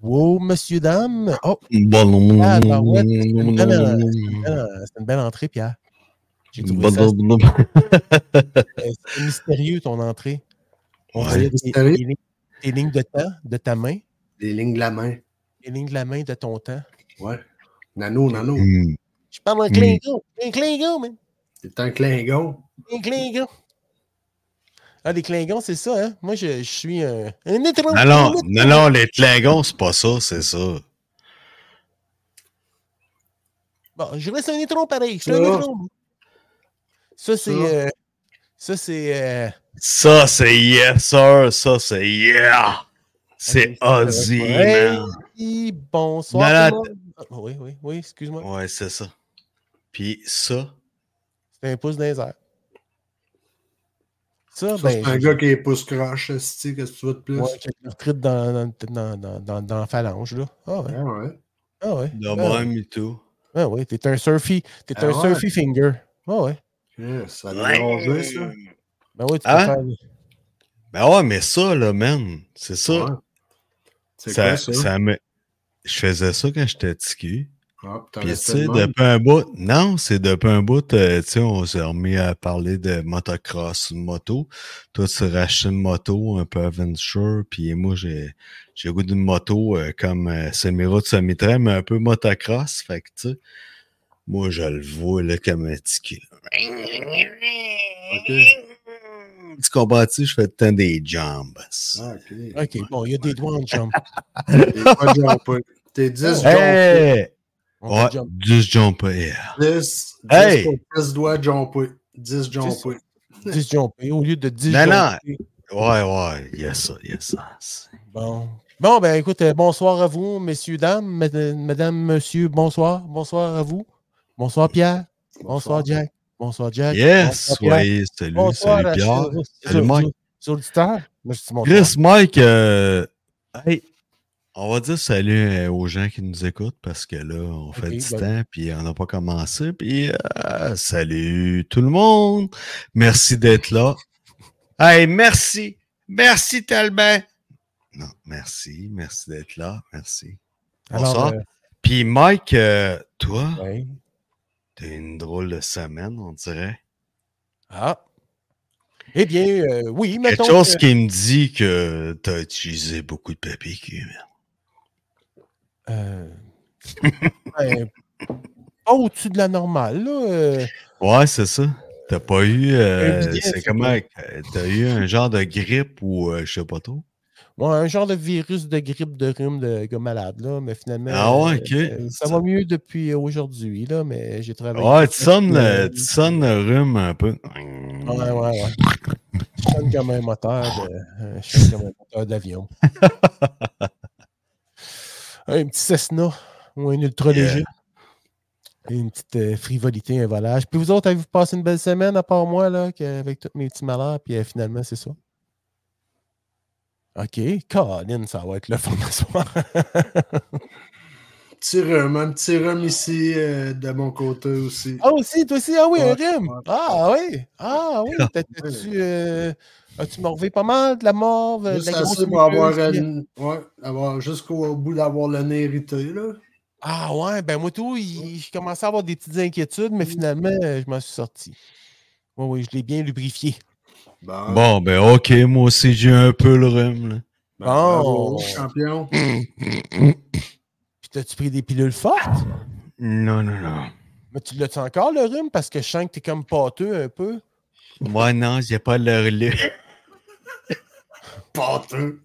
Wow, monsieur, dame. Oh, c'est une belle entrée, Pierre. J'ai trouvé ça. C'était mystérieux, ton entrée. On voyait tes lignes de temps de ta main. Les lignes de la main. Les lignes de la main de ton temps. Ouais. Nano. Je parle d'un Klingon. Un Klingon, man. C'est un Klingon. Un Klingon. Ah, les Klingons, c'est ça, hein? Moi, je suis un étron. Non, les Klingons, c'est pas ça, c'est ça. Bon, je reste un étron pareil. Je suis un étron. Ça, c'est... Ça, c'est yes, sir. Ça, c'est yeah. C'est Ozzy, man. Bonsoir, tout le monde. Oui, excuse-moi. Ouais, c'est ça. Puis ça... C'est un pouce dans les airs. Ça, c'est un gars qui est pouce-croche, qu'est-ce que tu veux de plus? Ouais, qui a recrute dans la phalange, là. Ah ouais. Ah ouais. De même et tout. Ah ouais, t'es un surfy finger. Ah ouais. Ça a dérangé, ça. Ben oui, tu peux faire... Ben ouais, mais ça, là, man, c'est ça. Ouais. C'est quoi, ça? Je faisais ça quand j'étais petit. Puis, tu sais, depuis un bout... Non, c'est depuis un bout, tu sais, on s'est remis à parler de motocross, moto. Toi, tu rachetais une moto un peu adventure, puis moi, j'ai le goût d'une moto comme semi-route, semi-train, mais un peu motocross. Fait que, tu sais, moi, je le vois, là, comme un petit... OK. Tu comprends-tu? Je fais tout le temps des jumps. OK, bon, il y a des doigts en jump. T'es 10 jump. Ouais, 10 jump. 10 doigts jumpés. 10 jumpés. 10 jumpés au lieu de 10 jumpés. Ouais, yes, ça. Bon, ben écoute, bonsoir à vous, messieurs, dames, madame, monsieur, bonsoir. Bonsoir à vous. Bonsoir, Pierre. Bonsoir, Jack. Bonsoir, Jack. Yes, oui, salut Pierre. Salut, Mike. Auditeurs. Chris, Mike, hey, on va dire salut aux gens qui nous écoutent parce que là, on fait du temps puis on n'a pas commencé. Puis salut tout le monde. Merci d'être là. Hey, merci. Merci tellement. Non, merci d'être là. Merci. Bonsoir. Puis Mike, toi, t'as une drôle de semaine, on dirait. Ah. Eh bien, oui, mettons... Quelque chose qui me dit que t'as utilisé beaucoup de papier cul, ben, pas au-dessus de la normale, là. Ouais, c'est ça. T'as pas eu... c'est comment... T'as eu un genre de grippe ou je sais pas trop? Ouais, un genre de virus de grippe de rhume de gars malade, là, mais finalement... Ah ouais, OK. Ça va mieux depuis aujourd'hui, là, mais j'ai travaillé... Ouais, tu sonnes le rhume un peu. Ouais. Je sonne comme un moteur d'avion. Un petit Cessna ou un ultra léger. Une petite frivolité, un volage. Puis vous autres, avez-vous passé une belle semaine à part moi, là, avec tous mes petits malheurs, puis finalement, c'est ça? OK. Colin, ça va être le fun ce soir. Un petit rhum ici de mon côté aussi. Ah aussi, toi aussi? Ah oui, un rhum. Ah oui. Ah oui. As-tu morvé pas mal de la morve? Juste de la assez pour avoir jusqu'au bout d'avoir le nez irrité, là. Ah ouais, ben moi tout, je commençais à avoir des petites inquiétudes, mais finalement, je m'en suis sorti. Oui, je l'ai bien lubrifié. Bon, ben ok, moi aussi j'ai un peu le rhume, là. Bravo, champion. Puis t'as-tu pris des pilules fortes? Non. Mais tu l'as-tu encore le rhume? Parce que je sens que t'es comme pâteux un peu. Moi non, j'ai pas le relais. Pâteux.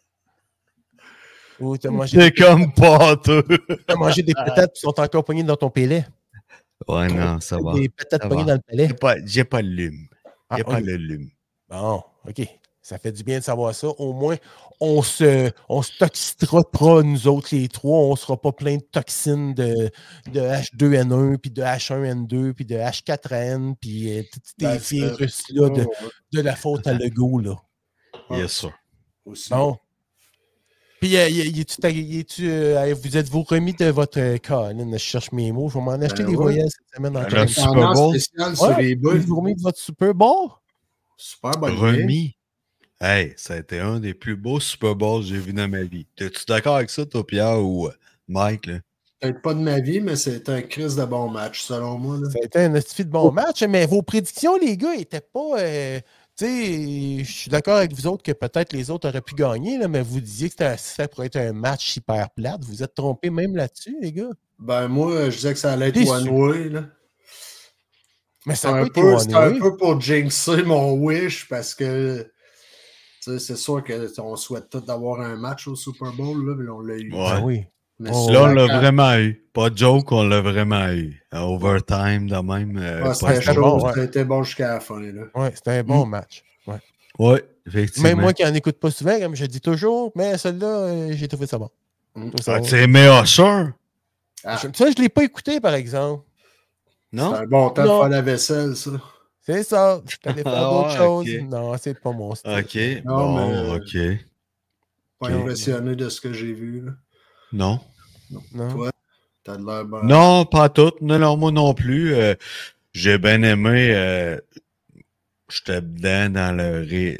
Ou t'as mangé... C'est comme pâteux. T'as mangé des patates qui sont encore poignées dans ton palais. Ouais, non, ça va. Des patates poignées dans le palais. J'ai pas le rhume. J'ai pas le rhume. Bon, OK. Ça fait du bien de savoir ça. Au moins, on se toxitera pas, nous autres, les trois. On sera pas plein de toxines de H2N1, puis de H1N2, puis de H4N, puis tous ces virus-là de la faute à Legault, là. Yes, sir. Bon. Puis, vous êtes-vous remis de votre Colin? Je cherche mes mots. Je vais m'en acheter des voyages cette semaine. Le Super Bowl. Spécial sur les boules. Vous remis de votre Super Bowl? Super bonne remis. Hey, ça a été un des plus beaux Super Bowls que j'ai vu dans ma vie. Es-tu d'accord avec ça, toi, Pierre, ou Mike? Là? Peut-être pas de ma vie, mais c'est un crise de bon match, selon moi. Là. Ça a été un esti de bon match, mais vos prédictions, les gars, n'étaient pas. Tu sais, je suis d'accord avec vous autres que peut-être les autres auraient pu gagner, là, mais vous disiez que ça pourrait être un match hyper plate. Vous êtes trompés même là-dessus, les gars. Ben, moi, je disais que ça allait être Déçu. one-way. Là. Mais C'est ça un, peut être c'est un peu pour jinxer mon wish parce que c'est sûr qu'on souhaite tous d'avoir un match au Super Bowl, là, mais on l'a eu. Ouais. Ah oui. Mais Là, on l'a vraiment eu. Pas de joke, on l'a vraiment eu. Overtime, de même. c'était c'était chaud, bon, ouais. c'était bon jusqu'à la fin. Là. Oui, c'était un bon match. Ouais. Oui, effectivement. Même moi qui n'en écoute pas souvent, comme je dis toujours, mais celui-là, j'ai trouvé ça bon. Tu aimais Usher? Ah. Ça, je ne l'ai pas écouté, par exemple. Non? C'est un bon temps de faire la vaisselle, ça. C'est ça. Je suis allé faire d'autres choses. Okay. Non, c'est pas mon style. OK. Non, bon, OK. Pas impressionné de ce que j'ai vu. Là. Non. Toi, t'as de l'air bon. Non, pas tout. Non, moi non plus. J'ai bien aimé. J'étais dedans dans le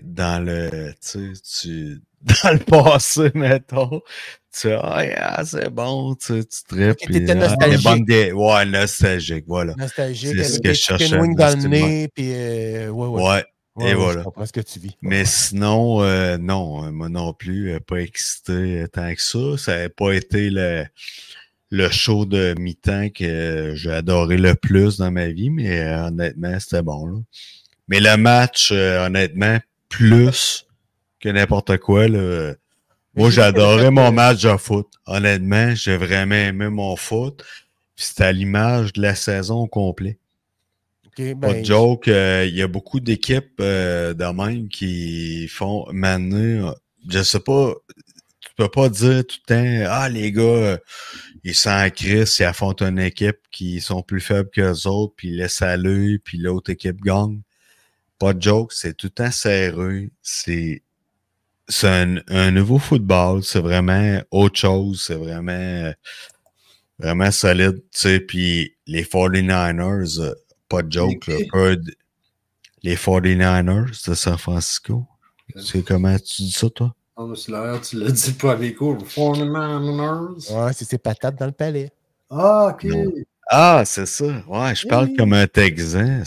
dans le passé, mettons. Tu c'est bon, tu tripes. Okay, t'étais nostalgique. Ouais, nostalgique, voilà. Nostalgique, c'est ce que je cherchais. Chicken wing dans le nez, puis ouais. Et voilà. Je comprends ce que tu vis. Mais sinon, non, moi non plus, pas excité tant que ça. Ça n'a pas été le show de mi-temps que j'ai adoré le plus dans ma vie, mais honnêtement, c'était bon, là. Mais le match, honnêtement, plus que n'importe quoi, là. Moi, j'ai adoré mon match de foot. Honnêtement, j'ai vraiment aimé mon foot. Puis c'était à l'image de la saison au complet. Okay, pas de joke. Il y a beaucoup d'équipes de même qui font maintenant. Je sais pas, tu peux pas dire tout le temps, les gars, ils sont en crise, ils affrontent une équipe qui sont plus faibles qu'eux autres, puis ils laissent aller, puis l'autre équipe gagne. Pas de joke, c'est tout le temps serré. C'est un nouveau football, c'est vraiment autre chose, c'est vraiment solide, tu sais, puis les 49ers, pas de joke, là, les 49ers de San Francisco. C'est comment tu dis ça, toi? Oh, mais c'est l'air, tu l'as dit pas avec eux, les 49ers. Ouais, c'est ses patates dans le palais. Ah, ok. Non. Ah, c'est ça. Ouais, je parle comme un Texan.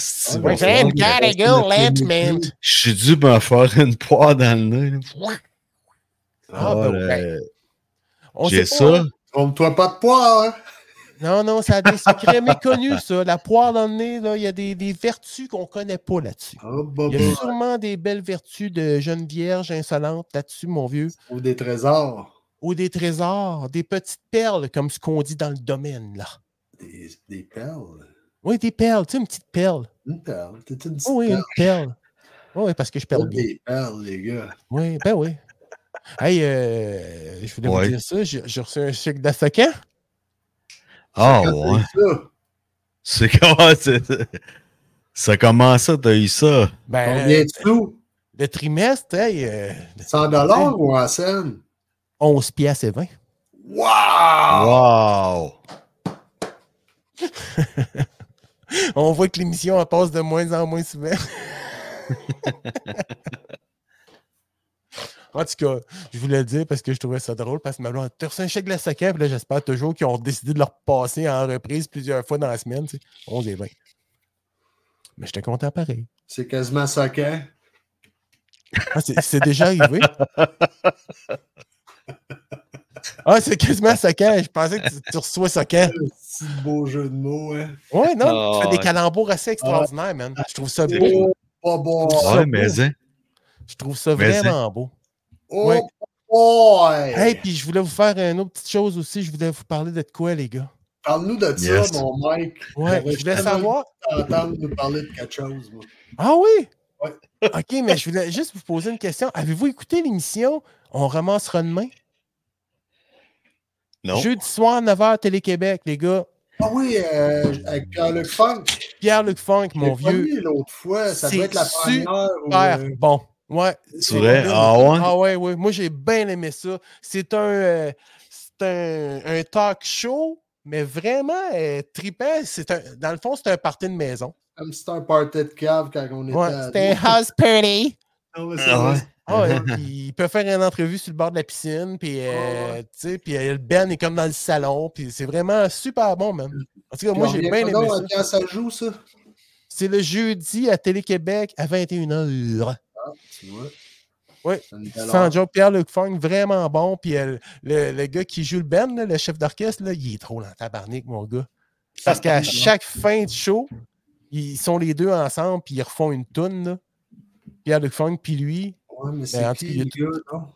Je suis dû me faire une poire dans le nez. J'ai ça. Trompe-toi pas de poire, hein? Non, ça a des secrets méconnus, ça. La poire dans le nez, là, il y a des vertus qu'on ne connaît pas là-dessus. Il y a sûrement des belles vertus de jeune vierge insolente là-dessus, mon vieux. Ou des trésors. Ou des trésors, des petites perles, comme ce qu'on dit dans le domaine, là. Des perles? Oui, des perles, tu sais, une petite perle. Une perle? T'es une petite oui, perle. une perle. Oui, parce que je perle bien. Des perles, les gars. Oui, ben oui. Hey, je voulais vous dire ça, j'ai reçu un chèque d'Assacan. Ah, ouais. C'est comment ça commence ça, t'as eu ça? Ben, combien de sous? Le trimestre, 100$ ou en scène? 11 piastres et 20. Wow! On voit que l'émission elle passe de moins en moins souvent. En tout cas, je voulais le dire parce que je trouvais ça drôle, parce que ma blonde a reçu un chèque de la SACAN, puis là, j'espère toujours qu'ils ont décidé de le repasser en reprise plusieurs fois dans la semaine, tu sais, 11 et 20. Mais j'étais content pareil. C'est quasiment SACAN. Ah, c'est déjà arrivé. Ah, c'est quasiment SACAN. Je pensais que tu reçois SACAN. C'est un beau jeu de mots, hein? Ouais, non, tu fais des calembours assez extraordinaires, man. Je trouve ça beau. Pas bon. Ouais, mais hein. Je trouve ça vraiment beau. Oh, ouais. Boy! Hey, puis je voulais vous faire une autre petite chose aussi. Je voulais vous parler de quoi, les gars? Parle-nous de ça, mon Mike. Ouais, je voulais savoir. Entendre nous parler de quelque chose, moi. Ah oui? Ouais. OK, mais je voulais juste vous poser une question. Avez-vous écouté l'émission On ramassera demain? Non. Jeudi soir, 9h, Télé-Québec, les gars. Ah oui, avec Pierre-Luc Funk. Pierre-Luc Funk, mon vieux. L'autre fois, ça doit être la première. Super bon. Ouais. C'est vrai? Ah ouais? Ah ouais. Moi, j'ai bien aimé ça. C'est un talk show, mais vraiment trippant. Dans le fond, c'est un party de maison. Comme c'était un party de cave quand on était. Ouais, c'était un house party. Non, mais Ah, ouais, puis il peut faire une entrevue sur le bord de la piscine, puis tu sais, puis le Ben est comme dans le salon, puis c'est vraiment super bon, man. En tout cas, moi, j'ai bien aimé ça. Quand ça joue, ça? C'est le jeudi à Télé-Québec à 21h. Ah, tu vois. Oui, sans joke, Pierre-Luc Funk, vraiment bon. Puis le gars qui joue le Ben, là, le chef d'orchestre, là, il est trop dans tabarnak, mon gars. Parce qu'à chaque fin de show, ils sont les deux ensemble, puis ils refont une toune, Pierre-Luc Funk, puis lui. Ouais, mais c'est qui, le gars, non?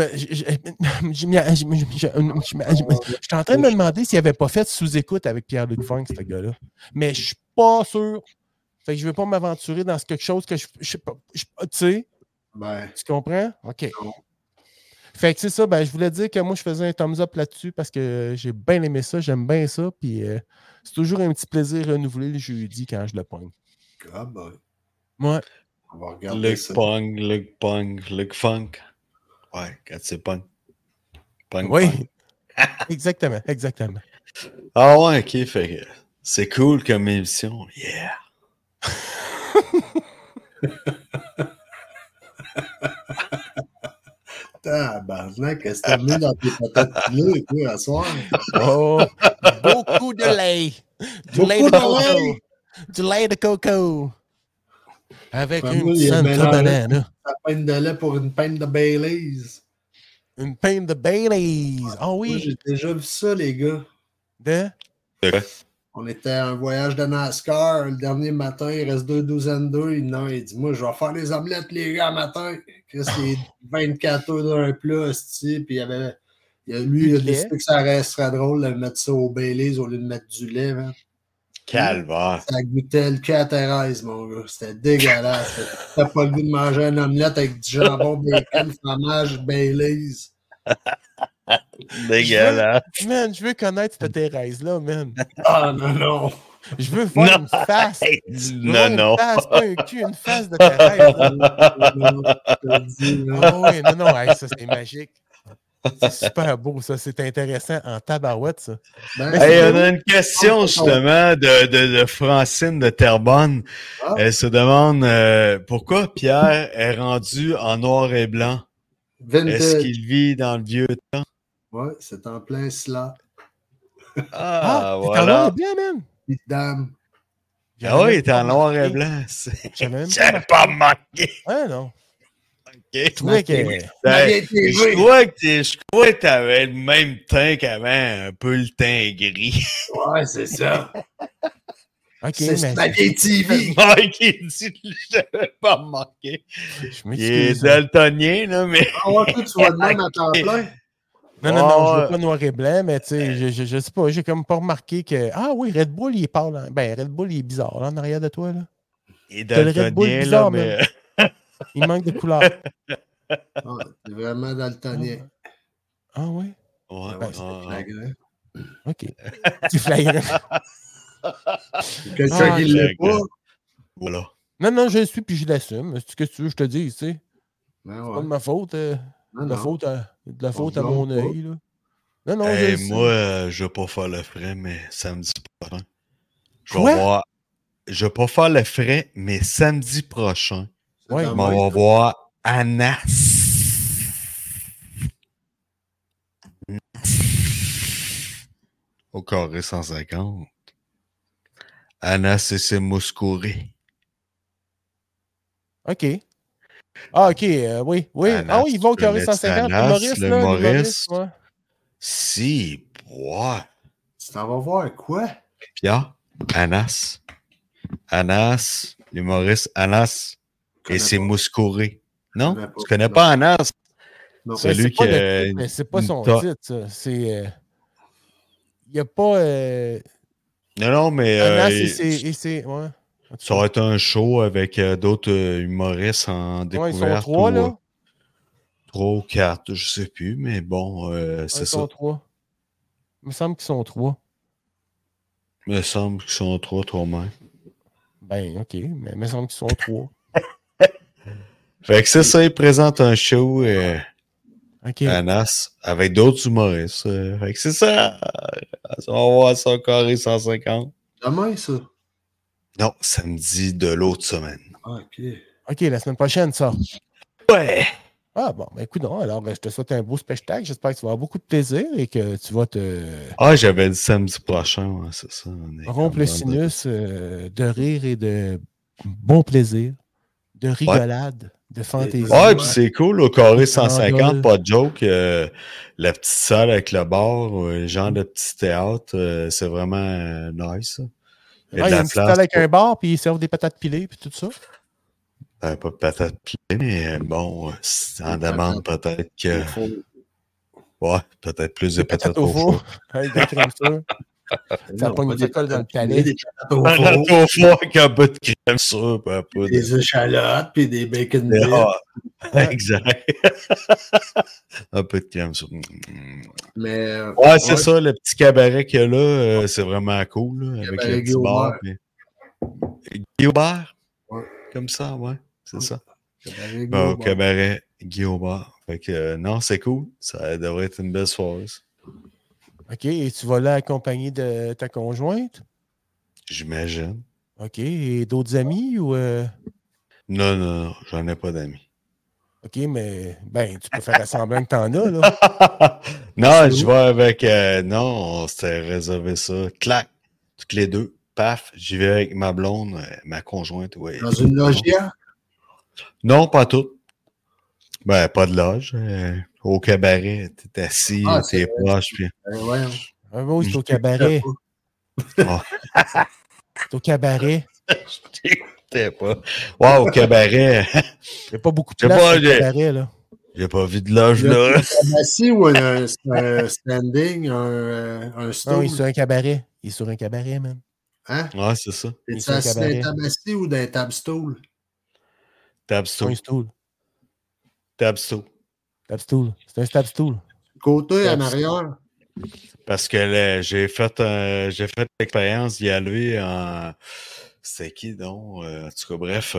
J'étais en train de me demander s'il n'avait pas fait sous-écoute avec Pierre-Luc Funk, ce gars-là. Mais je suis pas sûr. Fait que je ne veux pas m'aventurer dans quelque chose que je sais pas. Tu sais? Ben, tu comprends? OK. Non. Fait que c'est ça, ben, je voulais dire que moi, je faisais un thumbs up là-dessus parce que j'ai bien aimé ça, j'aime bien ça, puis c'est toujours un petit plaisir renouvelé le jeudi quand je le pogne. Ah ben. Ouais. On va regarder ça. Luc Funk. Ouais, quand c'est punk. Oui. Exactement. Ah ouais, ok, fait que c'est cool comme émission. Yeah. Tabarnak, qu'est-ce que t'as mis dans tes patates pilées, toi, à soir? Oh, beaucoup de lait. Du lait de coco. Du lait de coco. Avec une Santa banane. La pinte de lait pour une pinte de Baileys. Une pinte de Baileys. Ah oui. Moi, j'ai déjà vu ça, les gars. De? On était à un voyage de NASCAR. Le dernier matin, il reste 2 douzaines d'œufs. Il dit, moi, je vais faire des omelettes, les gars, matin. Qu'est-ce qu'il y a 24 œufs dans un plat, puis il a décidé que ça resterait drôle de mettre ça au Baileys au lieu de mettre du lait. Man. Calvaire. Ça goûtait le cul à Thérèse, mon gars. C'était dégueulasse. T'as pas le goût de manger une omelette avec du jambon, bacon, fromage, Baileys. Dégueulasse. Je veux connaître cette Thérèse-là, man. Ah, non. Je veux voir une face. Non. Une face, pas un cul, une face de Thérèse. Oui, non, hey, ça, c'est magique. C'est super beau, ça. C'est intéressant en tabarouette, ça. Hey, on a une question, justement, de Francine de Terrebonne. Ah. Elle se demande pourquoi Pierre est rendu en noir et blanc. Vintage. Est-ce qu'il vit dans le vieux temps? Oui, c'est en plein cela. Ah, voilà. voilà. T'es en noir et blanc, man? Dame. Ah oui, il est en noir et blanc. J'avais pas remarqué. Ah non. Okay. Je trouvais que... Je crois que t'avais le même teint qu'avant, un peu le teint gris. Ouais, c'est ça. OK, c'est ma vieille TV. Mike, il dit que je n'avais pas remarqué. Il est daltonien, là, mais... Ah ouais, toi, tu vois de même à temps plein. Non, je veux pas noir et blanc, mais tu sais, je sais pas, j'ai comme pas remarqué que... Ah oui, Red Bull, il est pâle. Hein. Ben, Red Bull, il est bizarre, là, en arrière de toi, là. Il est daltonien, bizarre, là, mais... Il manque de couleur. Ah, c'est vraiment daltonien. Ah oui? Ouais, ben, c'est flagrant. OK. C'est flagrant. Quelqu'un qui l'est pas. Voilà. Non, je le suis puis je l'assume. C'est ce que tu veux que je te dise, tu sais. Ben ouais. C'est pas de ma faute. De la faute à mon œil, là. Non, hey, moi, je vais pas faire le frais, mais samedi prochain. Je vais pas faire le frais, mais samedi prochain, ouais, on va voir Anas. Au carré 150. Anas et ses Mouskouri. OK. Ah, OK, oui. Anas, ah oui, ils vont au carré 150. Maurice. Ouais. Si, ouais. Tu t'en vas voir quoi? Pierre, Anas, l'humoriste Anas et ses Mouskouri. Non? Tu connais pas Anas? Non. Celui qui... c'est pas son titre, ça. C'est... Il n'y a pas... Non, mais... Anas et c'est... Ouais. Ça va être un show avec d'autres humoristes en découverte. Ouais, ils sont 3, là. 3 ou 4, je sais plus, mais bon, c'est ça. Ils sont 3. Il me semble qu'ils sont 3. Il me semble qu'ils sont 3 mêmes. Ben, OK, mais il me semble qu'ils sont 3. Fait que c'est ça, ils présentent un show à Nas avec d'autres humoristes. Fait que c'est ça. On va voir ça au carré 150. Demain, ça? Non, samedi de l'autre semaine. Ah, OK. OK, la semaine prochaine, ça. Ouais. Ah bon, ben écoute, non, alors je te souhaite un beau spectacle. J'espère que tu vas avoir beaucoup de plaisir et que tu vas te Ah, j'avais dit samedi prochain, ouais, c'est ça. On est rompre comme le vendredi. sinus de rire et de bon plaisir, de Ouais. rigolade, de fantaisie, Ouais, puis c'est cool, au carré de 150, farandole. pas de joke. La petite salle avec le bar, le genre de petit théâtre, c'est vraiment nice. Ça. Il y a Ah, de il y a la une petite place salle avec pour... un bar, puis ils servent des patates pilées, puis tout ça. pas de patates pilées, mais bon, si en demande peut-être que... Ouais, peut-être plus de Des patates patates au au four. four, avec de la crème sûre. Ça Non, pogne, pas ça des colle dans le patates pilées, palais. des patates au Patates four, au four avec un peu de crème sûre, puis un peu de... des échalotes, puis des bacon bits. Ah, exact. Un peu de crème sûre. Mais, Ouais, c'est ça, le petit cabaret qu'il y a là, c'est vraiment cool, là, avec le Cabaret petit bar. Guillaume. Puis... Guillaume, Ouais. comme ça, ouais, c'est ça. Cabaret Bon, Guillaume. cabaret Guillaume. Fait que, non, c'est cool. Ça devrait être une belle soirée. Ça. OK, et tu vas là accompagné de ta conjointe? J'imagine. OK, et d'autres amis ou... Non, j'en ai pas d'amis. OK, mais ben, tu peux faire semblant que t'en as, là. Non, je vais avec... non, on s'était réservé ça. Clac, toutes les deux. Paf, j'y vais avec ma blonde, ma conjointe. Ouais, Dans une logia? Non, pas toutes. Ben, pas de loge. Au cabaret, t'es assis, t'es proche, puis... Ouais. Un mot, c'est au cabaret. Oh. C'est au cabaret. Je t'écoutais pas. Ouais, au cabaret. Il n'y a pas beaucoup de place au cabaret, là. J'ai pas vu de loge, là. Un assis ou un standing, un stool? Non, il est sur un cabaret. Il est sur un cabaret, man. Hein? Ouais, c'est ça. Es-tu assis dans un table assis ou dans un table stool? Table stool. Un stool. Table stool. Table stool. C'est un table stool. Côté en arrière? Parce que là, j'ai fait l'expérience d'y aller en... C'était qui, donc? En tout cas, bref,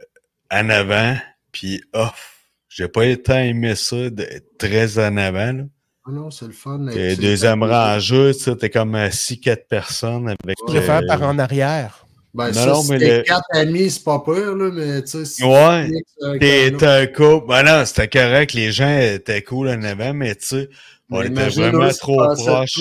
en avant, puis off. J'ai pas été aimé ça très en avant, là. Ah non, c'est le fun. T'es deuxième rangée, tu sais, t'es comme 6-4 personnes avec... Tu préfères par en arrière. Ben, non, si t'es 4 amis, c'est pas peur, là, mais tu sais... Si ouais, t'es un couple. Ben non, c'était correct, les gens étaient cool en avant, mais tu sais, on était vraiment trop proches.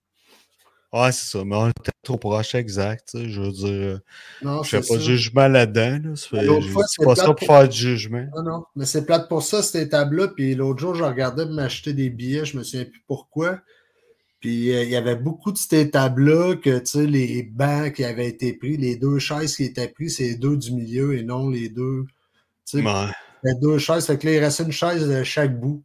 Ouais, c'est ça, mais on était trop proches, exact, tu sais, je veux dire... Non, je fais pas de jugement là-dedans, là. Je dis pas ça pour faire du jugement. Non, mais c'est plate pour ça, cette étape-là, puis l'autre jour, je regardais m'acheter des billets, je me souviens plus pourquoi. Puis il y avait beaucoup de cette étape-là que, tu sais, les bancs qui avaient été pris, les deux chaises qui étaient prises, c'est les deux du milieu et non les deux. Tu sais, les deux chaises, fait que là, il restait une chaise de chaque bout.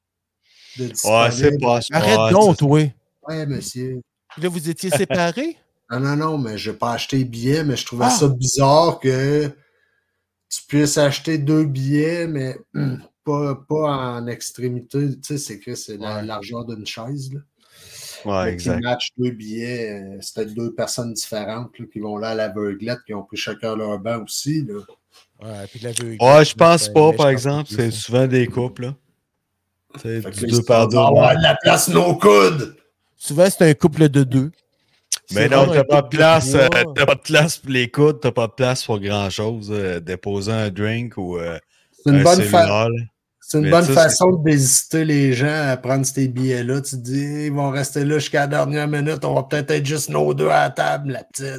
Ouais, c'est pas... Arrête donc, toi. Ouais, monsieur. Là, vous étiez séparés? Non, mais je n'ai pas acheté de billets, mais je trouvais ça bizarre que tu puisses acheter 2 billets, mais pas en extrémité. Tu sais, c'est que c'est la largeur d'une chaise, là. Ouais, exact. Qui match 2 billets, c'était 2 personnes différentes là, qui vont là à l'aveuglette, qui ont pris chacun leur banc aussi. Là. Ouais, puis l'aveuglette. Ouais, je pense pas, par exemple. C'est souvent des couples, là. C'est du 2 par 2. On va avoir de la place nos coudes! Souvent, c'est un couple de 2. Mais non, t'as pas de place. T'as pas de place pour les coudes, t'as pas de place pour grand-chose. Déposer un drink ou c'est une un bonne cellulaire. C'est une bonne façon d'hésiter les gens à prendre ces billets-là. Tu te dis, ils vont rester là jusqu'à la dernière minute. On va peut-être être juste nos deux à la table, la petite.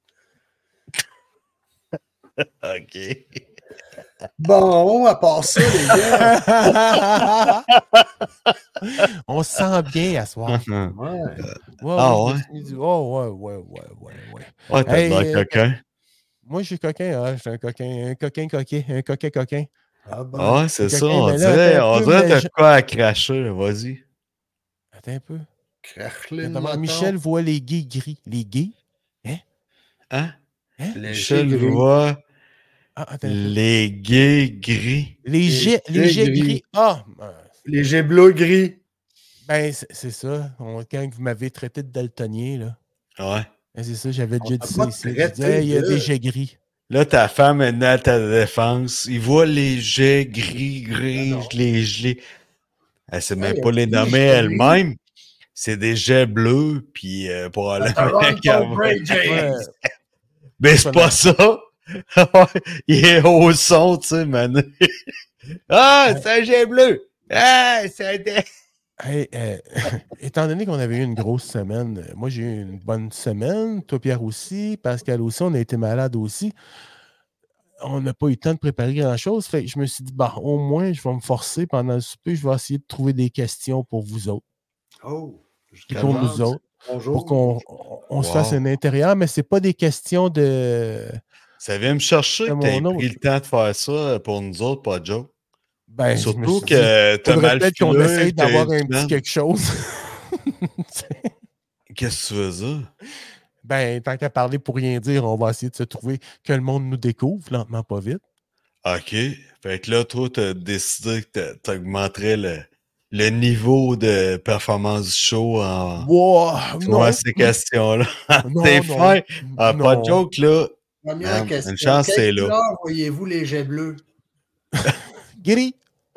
OK. Bon, à part ça, les gars. On se sent bien à soir. Ouais. Ah ouais? Oh, ouais. Ouais, t'as l'air coquin. Moi, je suis coquin. Hein? Je suis un coquin. Ah ben. Ouais, c'est ça. On dirait que t'as quoi à cracher. Vas-y. Attends un peu. Crachelin, Michel voit les gays gris. Les gays? Hein? Michel voit les gays gris. Les jets gris. Ah! Les jets bleu-gris. Ben, c'est ça. Quand vous m'avez traité de daltonien, là. Ouais. Ben, c'est ça, j'avais déjà dit ça ici. Il y a des jets gris. Là, ta femme est à ta défense. Il voit les jets gris, les gelés. Elle sait même pas les nommer elle-même. C'est des jets bleus, puis pour aller avec James. mais c'est pas ça. Il est au son, tu sais, man. Ah, c'est un jet bleu! Ah, c'est un... Hey, étant donné qu'on avait eu une grosse semaine, moi j'ai eu une bonne semaine, toi Pierre aussi, Pascal aussi, on a été malade aussi. On n'a pas eu le temps de préparer grand-chose. Fait que je me suis dit, bah, au moins, je vais me forcer pendant le souper, je vais essayer de trouver des questions pour vous autres. Oh, Et pour nous autres. Bonjour. Pour qu'on se fasse un intérieur, mais c'est pas des questions de. Ça vient me chercher que tu aies mon pris autre. le temps de faire ça pour nous autres, pas de joke. Ben, Surtout que tu as faudrait mal peut-être qu'on filé, essaye d'avoir t'as eu un une petit semaine. quelque chose. Qu'est-ce que tu veux dire? Ben, tant qu'à parler pour rien dire, on va essayer de se trouver que le monde nous découvre lentement, pas vite. OK. Fait que là, toi, t'as décidé que t'augmenterais le niveau de performance du show en Wow, non. ces questions-là. Non, T'es non, fin. Ah, pas de non. joke, là. Première Man, question. une chance, Quelle c'est là. couleur voyez-vous les jets bleus? Gris.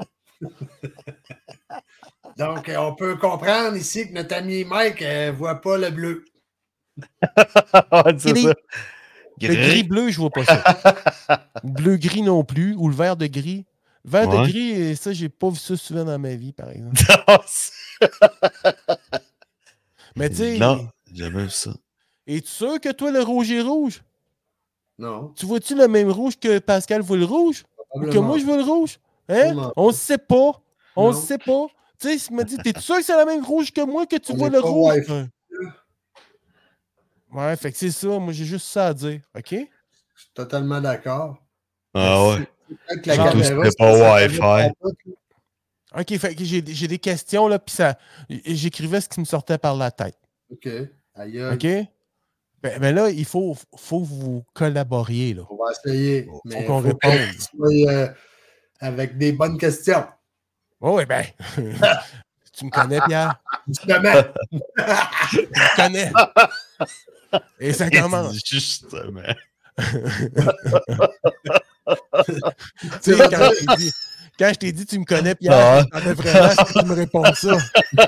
Donc, on peut comprendre ici que notre ami Mike ne voit pas le bleu. C'est Gris. ça. Le gris-bleu, je vois pas ça. Bleu-gris non plus, ou le vert de gris. Vert de gris, ça, j'ai pas vu ça souvent dans ma vie, par exemple. Mais tu sais. Non, j'ai jamais vu ça. Es-tu sûr que toi, le rouge est rouge? Non. Tu vois-tu le même rouge que Pascal voit le rouge? Ou que moi, je vois le rouge? Hein? On ne sait pas. On ne sait pas. Tu sais, il me dit, t'es sûr que c'est la même rouge que moi que tu vois le rouge? Ouais, fait que c'est ça. Moi, j'ai juste ça à dire. OK? Je suis totalement d'accord. Ah ouais. Surtout si c'est pas Wi-Fi. OK, fait que j'ai des questions, là, puis ça... J'écrivais ce qui me sortait par la tête. OK. Aïe. OK? Ben là, il faut que vous collaboriez, là. On va essayer. Faut qu'on réponde. Avec des bonnes questions. Oh, oui, ben... Tu me connais, Pierre? Justement. Tu me connais. Et ça commence. Justement. Tu sais, quand je t'ai dit tu me connais, Pierre, je t'attendais vraiment à ce que tu me répondes ça.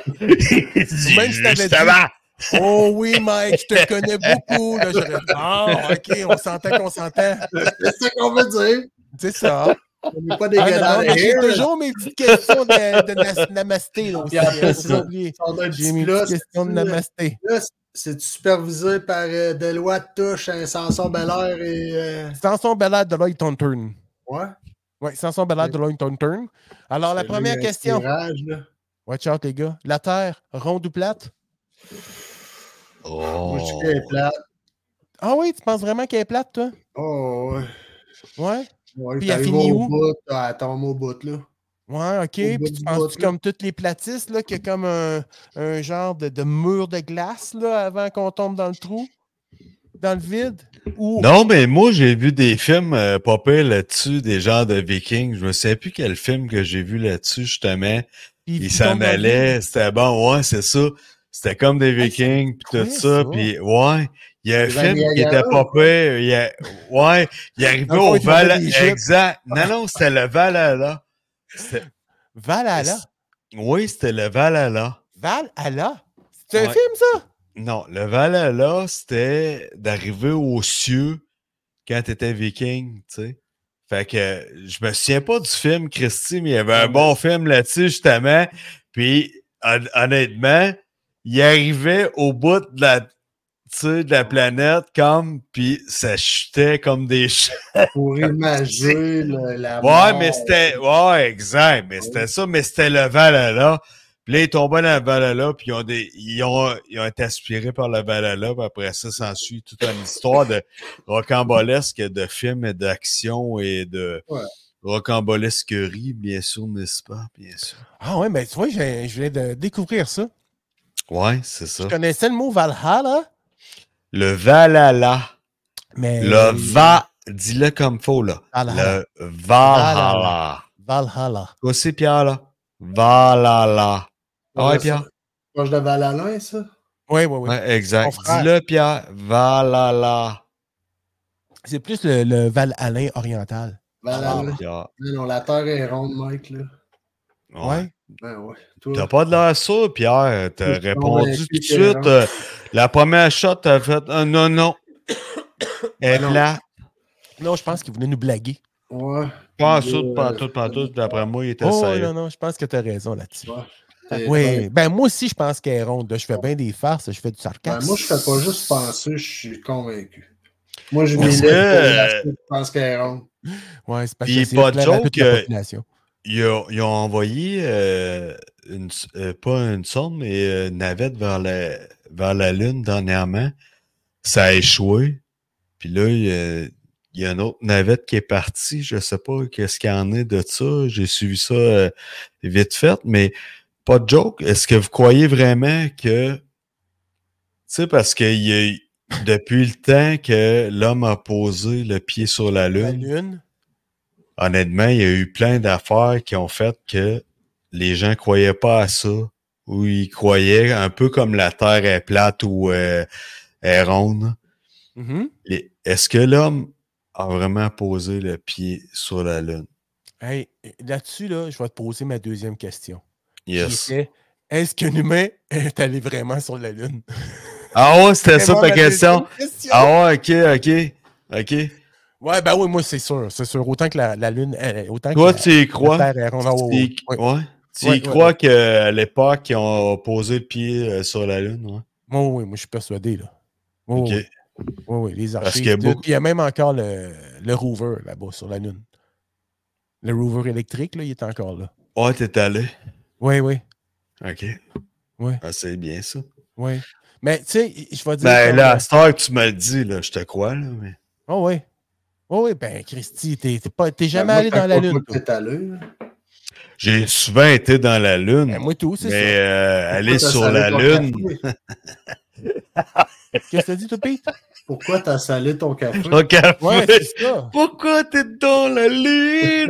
Même si t'avais dit, oh oui, Mike, je te connais beaucoup. Là, j'aurais dit, ah, OK, on s'entend. C'est ça qu'on veut dire. C'est ça. On n'est pas dégueulasse. J'ai toujours mes petites questions de namasté. Là, aussi. J'ai mes petites questions de namasté. Là, c'est supervisé par Deloitte Touche, Samson Belair et... Samson Belair de Lloyd Thornton. Ouais? Oui, Samson Belair de Lloyd Thornton. Alors, la première question. Watch out, les gars. La Terre, ronde ou plate? Moi, je dis qu'elle est plate. Ah oui, tu penses vraiment qu'elle est plate, toi? Oh, ouais. Ouais? Ouais, puis elle finit où? Elle tombe au bout, là. Ouais, OK. Puis tu penses-tu comme toutes les platistes, là, qu'il y a comme un genre de mur de glace, là, avant qu'on tombe dans le trou? Dans le vide? Ou... Non, mais moi, j'ai vu des films popper là-dessus, des genres de Vikings. Je me sais plus quel film que j'ai vu là-dessus, justement. Ils s'en allaient. C'était bon, ouais, c'est ça. C'était comme des Vikings, puis tout ça. Puis, ouais, il y a un film qui était popé. Il arrivait au Valhalla. Exact. Non, c'était le Valhalla. Valhalla? Oui, c'était le Valhalla. Valhalla? C'est un film, ça? Non, le Valhalla, c'était d'arriver aux cieux quand t'étais viking, tu sais. Fait que je me souviens pas du film, Christy, mais il y avait un bon film là-dessus, justement. Puis, honnêtement, il arrivait au bout de la planète, comme, puis ça chutait comme des chats. Pour imaginer la mort. Ouais, mais c'était... Ouais, exact. Mais c'était ça, mais c'était le Valhalla. Puis là, ils tombaient dans le Valhalla, puis ils ont été aspirés par le Valhalla, puis après ça, s'ensuit toute une histoire de rocambolesque, de films et d'action et de rocambolesquerie, bien sûr, n'est-ce pas? Bien sûr. Ah ouais, mais tu vois, je viens de découvrir ça. Ouais, c'est ça. Je connaissais le mot Valhalla. Le Valhalla. Mais... Dis-le comme faut, là. Valhalla. Le Valhalla. Valhalla. Toi aussi, Pierre, là? Valhalla. Ah ouais, Pierre? Proche de Valhalla, ça? Oui. Ouais, exact. Dis-le, Pierre. Valhalla. C'est plus le Val-Alain oriental. Valhalla. Non, la terre est ronde, Mike, là. Ouais. Ben ouais. T'as pas de l'air sûr, Pierre. T'as répondu tout de suite. La première shot, t'as fait non. Elle est plate. Non, je pense qu'il voulait nous blaguer. Ouais. Pas tout. D'après moi, il était sérieux. Non, je pense que tu as raison là-dessus. Ouais. Oui, ben moi aussi, je pense qu'elle est ronde. Je fais bien des farces, je fais du sarcasme. Moi, je fais pas juste penser, je suis convaincu. Moi, je Parce que je pense qu'elle est ronde. Ouais, c'est parce puis que c'est pas de clair à joke, toute la population. ils ont envoyé pas une sonde, mais une navette vers la Lune dernièrement. Ça a échoué. Puis là, il y a une autre navette qui est partie. Je sais pas qu'est-ce qu'il y en est de ça. J'ai suivi ça vite fait, mais pas de joke. Est-ce que vous croyez vraiment que... Tu sais, parce que depuis le temps que l'homme a posé le pied sur la Lune, La Lune. honnêtement, il y a eu plein d'affaires qui ont fait que les gens croyaient pas à ça. Ou ils croyaient un peu comme la Terre est plate ou est ronde. Mm-hmm. Est-ce que l'homme a vraiment posé le pied sur la Lune? Hey, là-dessus, là, je vais te poser ma deuxième question. Yes. Qui était, est-ce qu'un humain est allé vraiment sur la Lune? Ah ouais, c'était ça ta question? Ah ouais, ok. Ouais, ben oui, moi, c'est sûr. C'est sûr. Autant que la Lune, autant toi, que tu y crois? la Terre est ronde. Tu y crois qu'à l'époque, ils ont posé le pied sur la Lune? Ouais? Moi, je suis persuadé, là. Ok. Oui, les Parce archives. que Puis il y a même encore le rover là-bas sur la Lune. Le rover électrique, là, il est encore là. Ouais, t'es allé. Oui. OK. Ouais. Ah, c'est bien ça. Oui. Mais tu sais, je vais dire. Ben là, à cette heure que tu me le dis, là, je te crois, là, mais. Oh oui. Oh oui, ben Christy, t'es jamais allé dans la Lune. T'es allé, j'ai souvent été dans la Lune. Ben, moi tout, c'est mais, ça. aller sur la Lune. Qu'est-ce que t'as dit, toi, Pete? Pourquoi t'as salé ton café? Ton café. Ouais, c'est ça. Pourquoi t'es dans la Lune?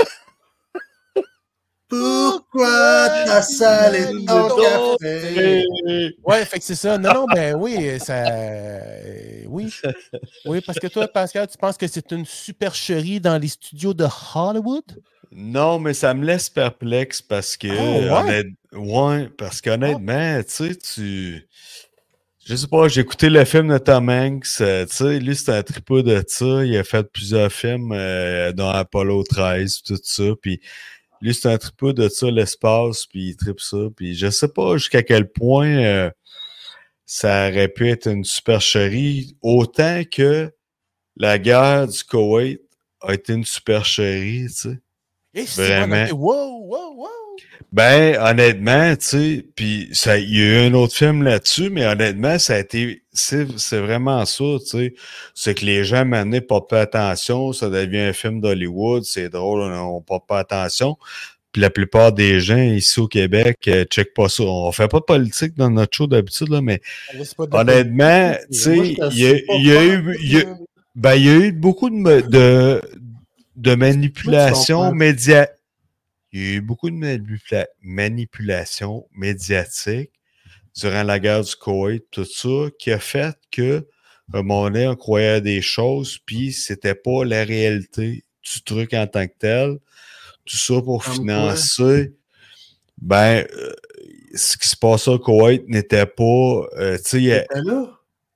Pourquoi t'as salé ton café? Ouais, fait que c'est ça. Non, ben oui, ça. Oui. Oui, parce que toi, Pascal, tu penses que c'est une supercherie dans les studios de Hollywood? Non, mais ça me laisse perplexe parce que. Parce qu'honnêtement, tu sais, je sais pas, j'ai écouté le film de Tom Hanks, tu sais, lui, c'est un tripeux de ça. Il a fait plusieurs films dans Apollo 13, tout ça, puis lui, c'est un tripeux de ça, l'espace, puis il tripe ça, puis je sais pas jusqu'à quel point ça aurait pu être une supercherie, autant que la guerre du Koweït a été une supercherie, tu sais. Et vraiment. Wow. Ben, honnêtement, tu sais, puis il y a eu un autre film là-dessus, mais honnêtement, ça a été, c'est vraiment ça, tu sais. C'est que les gens, maintenant, portent pas attention, ça devient un film d'Hollywood, c'est drôle, on porte pas attention. Puis la plupart des gens ici au Québec checkent pas ça. On fait pas de politique dans notre show d'habitude, là, mais honnêtement, tu sais, il y a eu beaucoup de manipulation médiatique. Il y a eu beaucoup de manipulation médiatique durant la guerre du Koweït, tout ça, qui a fait que, à un moment donné, on croyait à des choses, puis c'était pas la réalité du truc en tant que tel. Tout ça pour financer. Ben, ce qui se passait au Koweït n'était pas... tu sais, t'étais là?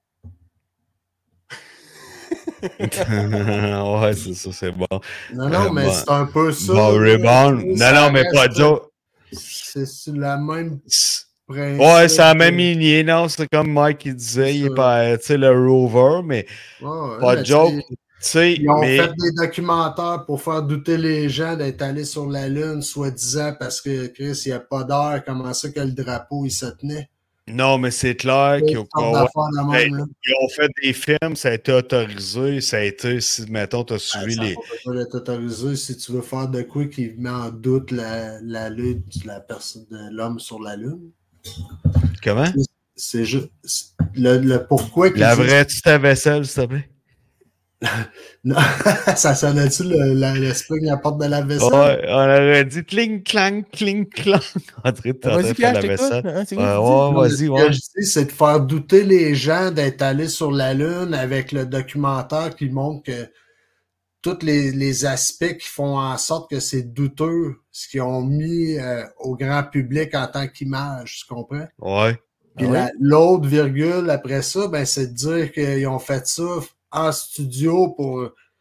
ouais, c'est ça, c'est bon. Non, mais c'est un peu ça. Bon, rebound. Non, mais pas de joke. C'est la même principe. Ouais, c'est la même lignée, non? C'est comme Mike qui disait, il est pas, tu sais, le rover, mais pas de joke. Ils ont fait des documentaires pour faire douter les gens d'être allés sur la Lune, soi-disant, parce que Chris, il n'y a pas d'heure. Comment ça que le drapeau, il se tenait? Non, mais c'est clair qu'ils ont fait des films, ça a été autorisé, ça a été, si, mettons, tu as suivi les... Ça va être autorisé si tu veux faire de quoi qui met en doute la lutte de l'homme sur la Lune. Comment? C'est juste le pourquoi... La vraie petite vaisselle, s'il te plaît? Non, ça sonnait-tu le spring à la porte de la vaisselle? Ouais, on aurait dit cling clang. André, t'es en train de faire la vaisselle. Vas-y. Ce que je dis, c'est de faire douter les gens d'être allés sur la Lune avec le documentaire qui montre que tous les aspects qui font en sorte que c'est douteux, ce qu'ils ont mis au grand public en tant qu'image, tu comprends? Ouais. Puis l'autre virgule après ça, ben, c'est de dire qu'ils ont fait ça en studio pour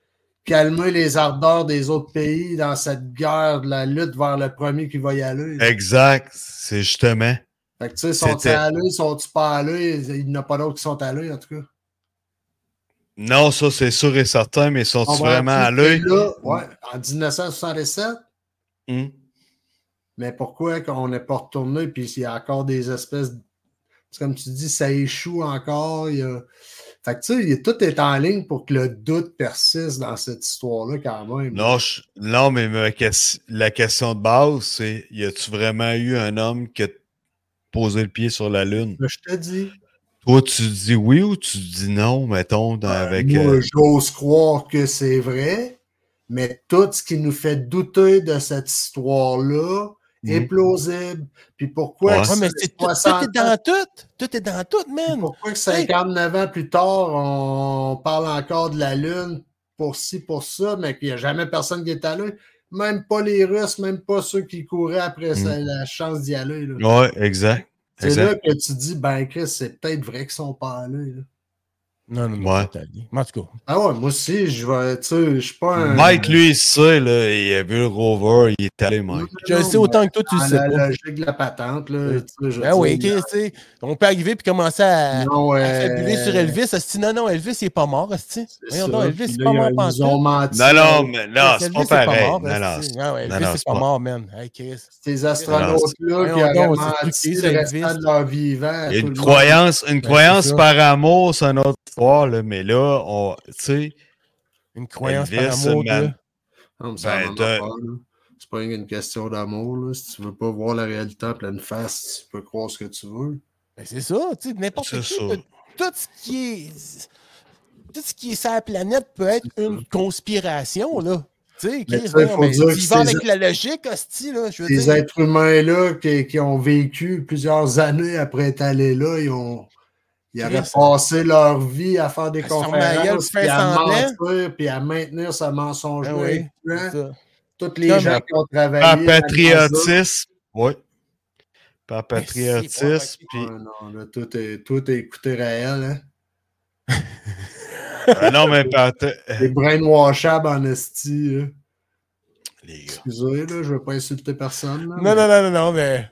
calmer les ardeurs des autres pays dans cette guerre de la lutte vers le premier qui va y aller. Exact, c'est justement. Fait que tu sais, sont-ils allés, sont-ils pas allés? Il n'y en a pas d'autres qui sont allés, en tout cas. Non, ça, c'est sûr et certain, mais sont-ils vraiment allés? Là, ouais, en 1967. Mm. Mais pourquoi qu'on n'est pas retourné, puis il y a encore des espèces... Comme tu dis, ça échoue encore. Fait que tu sais, tout est en ligne pour que le doute persiste dans cette histoire-là quand même. Non, mais la question de base, c'est y a-tu vraiment eu un homme qui a posé le pied sur la Lune? Je te dis. Toi, tu dis oui ou tu dis non, mettons, avec... Moi, j'ose croire que c'est vrai, mais tout ce qui nous fait douter de cette histoire-là est plausible. Puis pourquoi... Ouais, mais tout est dans tout. Tout est dans tout, man. Pourquoi que 59 ans plus tard, on parle encore de la Lune pour ci, pour ça, mais qu'il n'y a jamais personne qui est allé? Même pas les Russes, même pas ceux qui couraient après la chance d'y aller. Oui, exact. C'est là que tu dis, ben Chris, c'est peut-être vrai qu'ils sont pas allés. Là. Non, ouais. En tout cas. Ah ouais, moi aussi, je suis pas un... Mike, lui, il sait, là, il a vu le rover, il est allé, Mike. Je sais autant que toi, tu le sais pas. La logique de la patente, là. Oui, on peut arriver et commencer à fabuler sur Elvis. Non, Elvis, il n'est pas mort, voyons donc, Elvis, il n'est pas mort pendant. Ils ont menti. Non, mais non, c'est pas pareil. Non, Elvis, c'est pas mort, man. Ces astronautes-là qui auraient menti le restant de leur vivant. Une croyance par amour, c'est une autre histoire, là, mais là, tu sais... Une croyance par amour, c'est pas une question d'amour. Là. Si tu veux pas voir la réalité en pleine face, tu peux croire ce que tu veux. Ben c'est ça, tu sais, n'importe qui. Tout ce qui est sur la planète peut être une conspiration, là. Tu sais, tu vas avec la logique, hostie, là. Ces êtres humains-là qui ont vécu plusieurs années après être allés là, ils auraient passé leur vie à faire des conférences, puis à mentir, puis à maintenir ce mensonge-là. Tous les gens qui ont travaillé. Par patriotisme. Oui. Par patriotisme. Non, là, tout est écouté réel. Hein? Non, mais les brainwashables en esti. Les gars. Excusez, là, je ne veux pas insulter personne. Là, non, mais...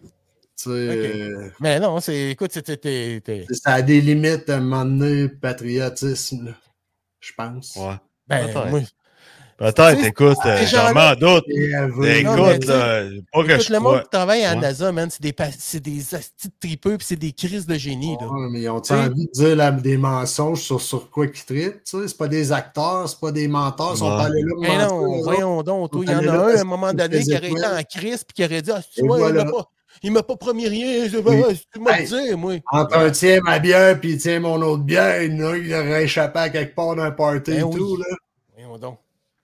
Mais non, écoute, c'était... Ça a des limites à un moment donné, patriotisme, là, je pense. Ouais. Moi... Peut-être, écoute, j'en m'en doute. Écoute, pas que je le monde qui travaille à NASA, man, c'est des astis de tripeux puis c'est des crises de génie. Là. Ouais, mais ils ont envie de dire des mensonges sur quoi qu'ils traitent, tu sais? C'est pas des acteurs, c'est pas des menteurs, ils sont pas allés là pour mentir. Non, voyons donc, il y en a un à un moment donné qui aurait été en crise puis qui aurait dit, tu vois, il m'a pas promis rien, tu m'as dit, moi. Entre un tiens ma bière puis tiens mon autre bière, il aurait échappé à quelque part d'un party et tout, là. Voyons donc.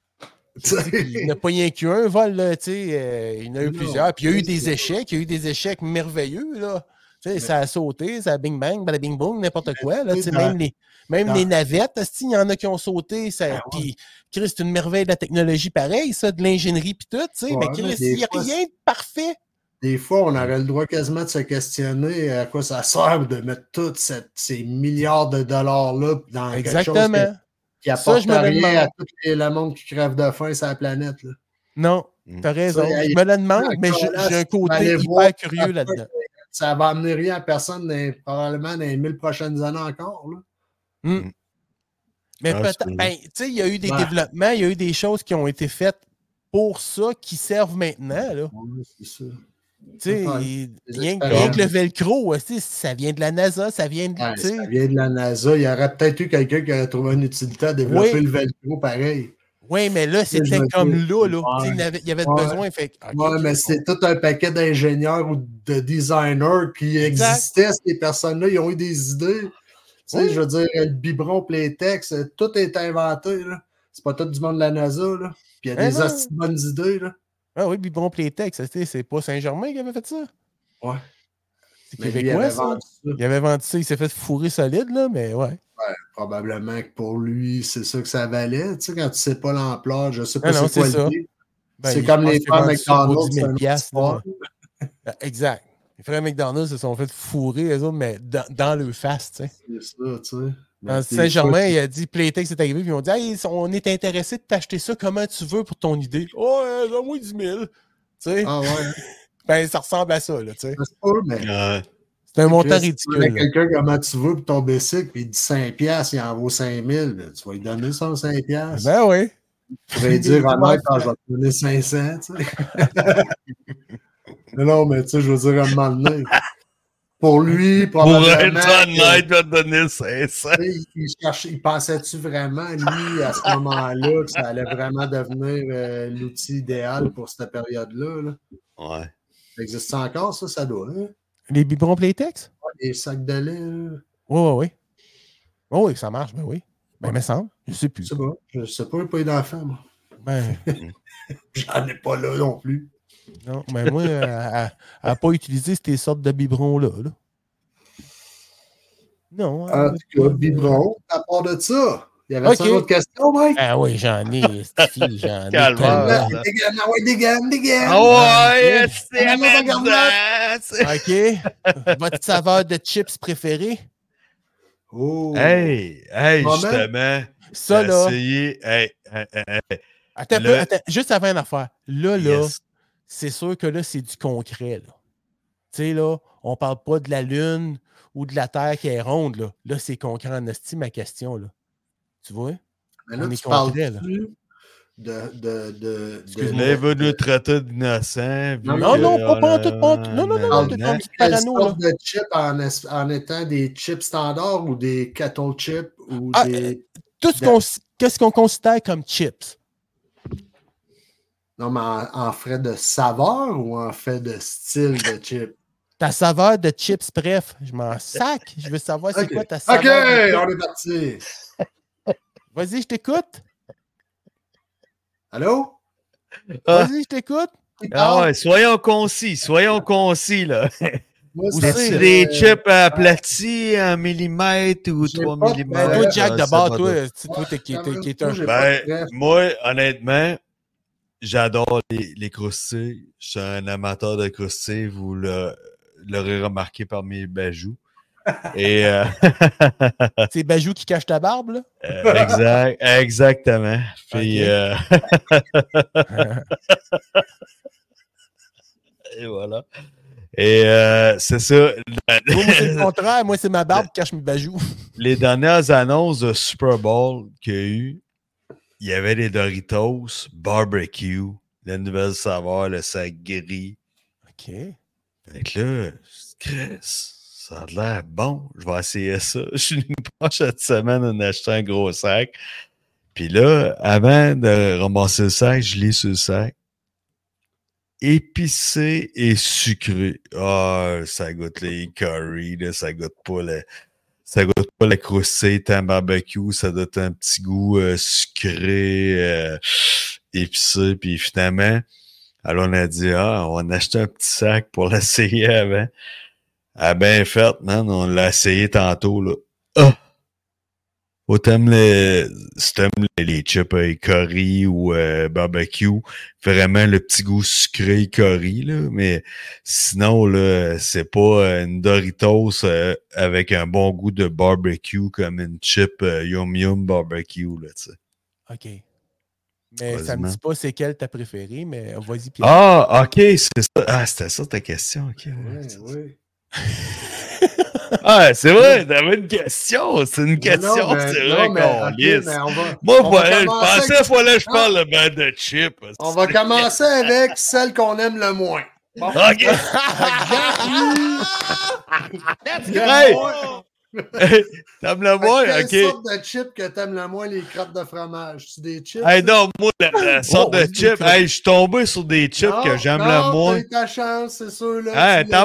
Il n'a pas rien qu'un vol, là, tu sais. Il y en a eu plusieurs. Puis il y a eu des échecs, merveilleux, là. Tu sais, ça a sauté, ça a bing bang, bada bing boom, n'importe quoi, là. Tu sais, même les navettes, il y en a qui ont sauté. Puis, Chris, c'est une merveille de la technologie pareil, ça, de l'ingénierie puis tout, tu sais. Mais Chris, il n'y a rien de parfait. Des fois, on aurait le droit quasiment de se questionner à quoi ça sert de mettre tous ces milliards de dollars-là dans quelque chose qui apporte rien à tout le monde qui crève de faim sur la planète. Là. Non, t'as raison. Je me le demande, mais j'ai un côté hyper curieux là-dedans. Ça va amener rien à personne probablement dans les 1000 prochaines années encore. Là. Mais peut-être, tu sais, il y a eu des développements, il y a eu des choses qui ont été faites pour ça, qui servent maintenant. Là. Oui, c'est ça. Tu sais, rien que le velcro, ça vient de la NASA, ça vient de... ça vient de la NASA. Il y aurait peut-être eu quelqu'un qui aurait trouvé une utilité à développer le velcro pareil. Oui, mais là, c'était comme là. Il y avait besoin. Mais c'est tout un paquet d'ingénieurs ou de designers qui existaient. Ces personnes-là, ils ont eu des idées. Tu sais, je veux dire, le biberon, Playtex, tout est inventé. C'est pas tout du monde de la NASA. Là. Puis il y a des assez bonnes idées. Là. Ah oui, biberon Playtex, c'est pas Saint-Germain qui avait fait ça? Ouais. C'est québécois, ça? Il avait vendu ça, il s'est fait fourrer solide, là, mais ouais. Probablement que pour lui, c'est ça que ça valait. Tu sais, quand tu sais pas l'ampleur, je sais pas c'est quoi le prix. C'est comme les frères McDonald's, c'est une histoire. Exact. Les frères McDonald's se sont fait fourrer, eux autres, mais dans le face, tu sais. C'est ça, tu sais. Mais Saint-Germain, il a dit, Playtex est arrivé, puis ils ont dit, hey, on est intéressé de t'acheter ça, comment tu veux pour ton idée? Oh, donne-moi 10 000. Tu sais? Ah ouais. Ben, ça ressemble à ça, là, tu sais. C'est pas, mais. C'est un montant Chris, ridicule. Si tu quelqu'un comment tu veux pour ton bicycle, puis il dit 5$, il en vaut 5000, tu vas lui donner son 5$. Ben oui. Tu pourrais dire en mec, je vais te donner 500, tu sais. Non, mais tu sais, je veux dire, à un moment donné, pour lui, probablement. Pour être honnête, il va te donner 500. Il pensait-tu vraiment, lui, à ce moment-là, que ça allait vraiment devenir l'outil idéal pour cette période-là? Là? Ouais. Ça existe encore, ça doit, hein? Les biberons Playtex? Les sacs de lait, Oui. Oh, oui, ça marche, ben oui. Ben, il me semble. Je sais plus. Je sais pas, il n'y a pas eu d'enfant, moi. Ben. J'en ai pas là non plus. Non, mais moi, elle n'a pas utilisé ces sortes de biberons-là. Là. Non. En tout cas, biberon, à part de ça, il y avait une autre question, Mike? Ah oui, j'en ai, Stifi, j'en ai. Calvaire. Des gammes. Ah ouais, c'est OK. Votre saveur de chips préférée? Oh. Hey, justement. Ça, là. Essayé. Attends, juste avant une affaire. Là, c'est sûr que là, c'est du concret. Tu sais, là, on parle pas de la Lune ou de la Terre qui est ronde. Là c'est concret en esti, ma question. Là. Tu vois? Mais là, on est tu parles concret, là. Excuse-moi, il va nous traiter d'innocent. Non, pas en tout. Non, t'es en petite parano, là. De chips en étant des chips standards ou des kettle chips ou des... Tout qu'est-ce qu'on considère comme chips? Non, mais en fait de saveur ou en fait de style de chips? Ta saveur de chips, bref, je m'en sac. Je veux savoir c'est quoi ta saveur. OK, on est parti. Vas-y, je t'écoute. Allô? Vas-y, je t'écoute. Ah ouais, soyons concis, là. C'est des chips aplatis, 1 mm ou 3 mm. Toi, Jack, d'abord, toi, qui est un... Moi, honnêtement, j'adore les croustilles. Je suis un amateur de croustilles. Vous l'aurez remarqué par mes bajoux. Et c'est Bajou qui cache ta barbe, là? Exactement. Puis, et voilà. Et c'est ça. Moi, c'est le contraire. Moi, c'est ma barbe qui cache mes bajoux. Les dernières annonces de Super Bowl qu'il y a eu, il y avait les Doritos barbecue, la nouvelle saveur, le sac gris. OK. Fait que là, Chris, ça a l'air bon. Je vais essayer ça. Je suis une proche cette semaine en achetant un gros sac. Puis là, avant de ramasser le sac, je lis sur le sac. Épicé et sucré. Ah, ça goûte les curry, là, ça goûte pas la croustille, un barbecue, ça donne un petit goût sucré, épicé, puis finalement, alors on a dit, on a acheté un petit sac pour l'essayer avant. Ah ben fait, man, on l'a essayé tantôt, là. Si t'aimes les chips curry ou barbecue, vraiment le petit goût sucré curry, là, mais sinon, là, c'est pas une Doritos avec un bon goût de barbecue comme une chip Yum Yum barbecue, là, tu sais. OK. Mais ça me dit pas c'est quelle ta préférée, mais vas-y, Pierre. Ah, OK, c'est ça. Ah, c'était ça ta question, OK. Oui. Ah, c'est vrai, t'avais une question. C'est une question, c'est vrai qu'on lisse. Moi, je pensais qu'il fallait que je parle de chips. On va commencer avec celle qu'on aime le moins. Bon. OK. T'aimes le moins? OK. Quelle sorte de chips que t'aimes le moins, les crottes de fromage? Tu des chips? Hey, non, moi, la sorte de chips, je suis tombé sur des chips que j'aime le moins. T'as ta chance, c'est sûr. Là, hey, t'as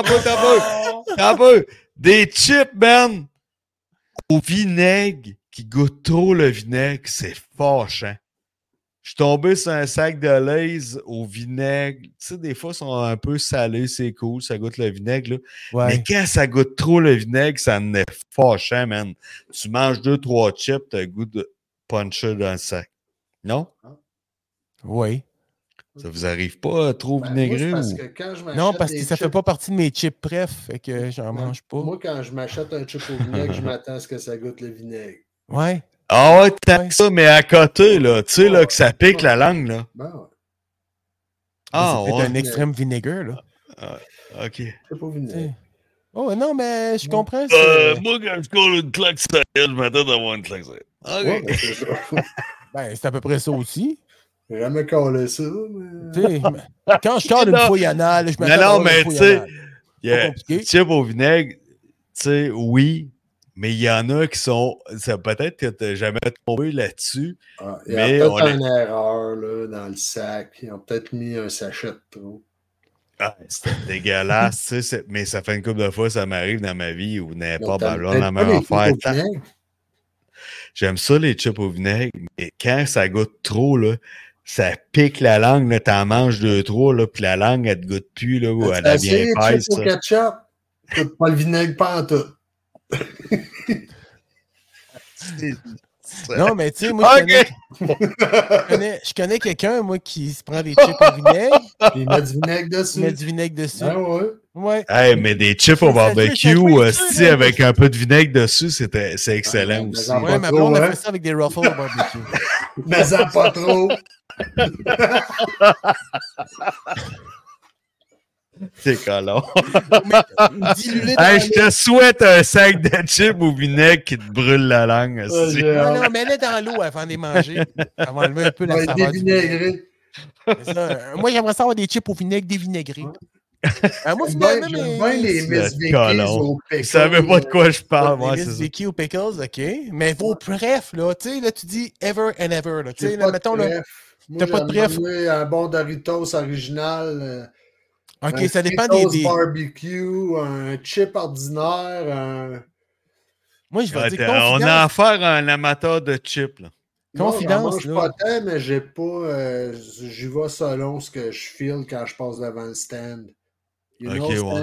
peu. Des chips, man, au vinaigre, qui goûtent trop le vinaigre, c'est fâchant. Je suis tombé sur un sac de Lay's au vinaigre. Tu sais, des fois, ils sont un peu salés, c'est cool, ça goûte le vinaigre, là. Ouais. Mais quand ça goûte trop le vinaigre, ça en est fâchant, man. Tu manges 2-3 chips, t'as le goût de puncher dans le sac. Non? Oui. Ça vous arrive pas trop vinaigré? Moi, parce que quand je m'achète Non, parce que des ça fait chips, pas partie de mes chips préf, fait que j'en mange pas. moi, quand je m'achète un chip au vinaigre, je m'attends à ce que ça goûte le vinaigre. Ouais. Ah ouais, tant que ça, mais à côté, là, tu sais, là, que ça pique la langue, là. Ben ouais. Ah C'est peut-être un ouais. extrême vinaigre, là. OK. Chip au vinaigre. Oh, non, mais je comprends. Moi, quand je colle une claque sur la gueule, je m'attends d'avoir une claque sur la gueule. Ouais, OK. ben, c'est ça. Ben, c'est à peu près ça aussi. J'ai jamais collé ça, mais... Tu sais, quand je sors d'une Non. fouille anale, je m'attends Non, d'avoir une mais fouille tu sais, anale. il y a compliqué. du chip au vinaigre, tu sais, oui, mais il y en a qui sont. Ça peut-être que tu n'as jamais tombé là-dessus. Ah, il y a mais peut-être on une erreur là, dans le sac. Ils ont peut-être mis un sachet de trop. Ah, c'était dégueulasse, tu sais, mais ça fait une couple de fois, ça m'arrive dans ma vie où n'est pas T'aimes la pas même les affaire. chips au vinaigre? J'aime ça, les chips au vinaigre, mais quand ça goûte trop, là, ça pique la langue, là, t'en manges 2-3, là, puis la langue, elle te goûte plus, là, ou elle T'as devient essayé les épaisse. chips au ketchup? T'as pas le vinaigre pas en tout. Non, mais tu sais, moi, je connais quelqu'un, moi, qui se prend des chips au vinaigre. Puis il met du vinaigre dessus. Il met du vinaigre dessus. Ah ouais. Ouais. Hey, mais des chips au barbecue, si avec un peu de vinaigre dessus, c'est excellent aussi. Ouais, ma blonde a fait ça avec des ruffles au barbecue. Mais ça pas trop. C'est collant. Hey, je te souhaite un sac de chips au vinaigre qui te brûle la langue. Non, mets-le dans l'eau avant de les manger. Ça va enlever un peu la saveur. Dévinaigré. Moi, j'aimerais ça avoir des chips au vinaigre dévinaigrés. Moi, finalement, j'aime bien les Miss Vickies au pickles. Je savais pas de quoi je parle, moi, les c'est Miss ça. Vickies au pickles, OK. Mais vos prefs, là, tu sais, là, tu dis ever and ever, là. Tu sais, là, mettons, là, t'as pas de préf. Un bon Doritos original. OK, un ça dépend Fritos des... barbecue, un chip ordinaire, un... Moi, je vais dire confidence. On a affaire à un amateur de chips, là. Confidence, là. Je mange pas tant, mais j'ai pas... j'y vais selon ce que je file quand je passe devant le stand. Ouais.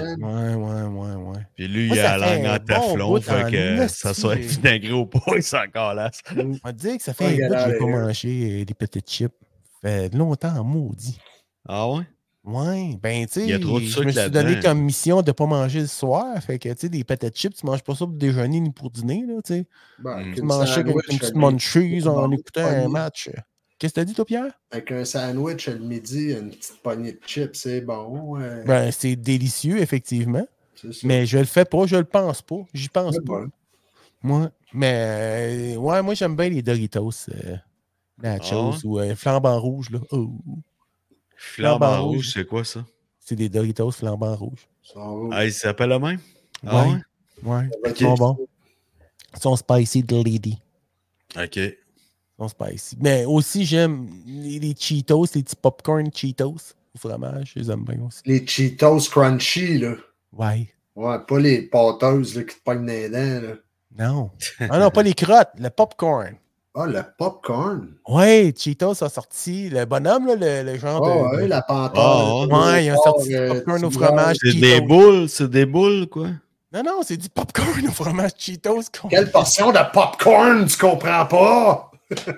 Puis lui, moi, il a la langue en teflon, fait que ça soit vinaigre au pot, il s'en calasse. On va dire que ça fait un bout que j'ai pas mangé des petites chips. Ça fait longtemps en maudit. Ah ouais? Ouais, ben tu sais, je me suis donné comme mission de ne pas manger le soir. Fait que tu sais, des patates chips, tu manges pas ça pour déjeuner ni pour dîner, là, tu sais. Tu manges ça avec une petite munchies en écoutant un match. Qu'est-ce que t'as dit, toi, Pierre? Avec un sandwich le midi, une petite poignée de chips, c'est bon. Ben, c'est délicieux, effectivement. Mais je le fais pas, je le pense pas. J'y pense pas. Moi, mais ouais, moi j'aime bien les Doritos nachos ou flambant rouge, là. Oh. Flambant rouge, c'est quoi ça? C'est des Doritos flambant rouge. Ah, ils s'appellent le même? Ah ouais? Ouais. Ils sont bons. Ils sont spicy de lady. OK. Ils sont spicy. Mais aussi, j'aime les Cheetos, les petits popcorn Cheetos au fromage. Je les aime bien aussi. Les Cheetos crunchy, là. Ouais. Ouais, pas les pâteuses là, qui te pognent les dents, là. Non. Ah non, pas les crottes, le popcorn. Ah, le popcorn. Ouais, Cheetos a sorti le bonhomme, là, le genre de. Ouais, la panthère. Ouais, il a sorti du popcorn au fromage. C'est des boules, quoi. Non, c'est du popcorn au fromage Cheetos. Quelle portion de popcorn, tu comprends pas?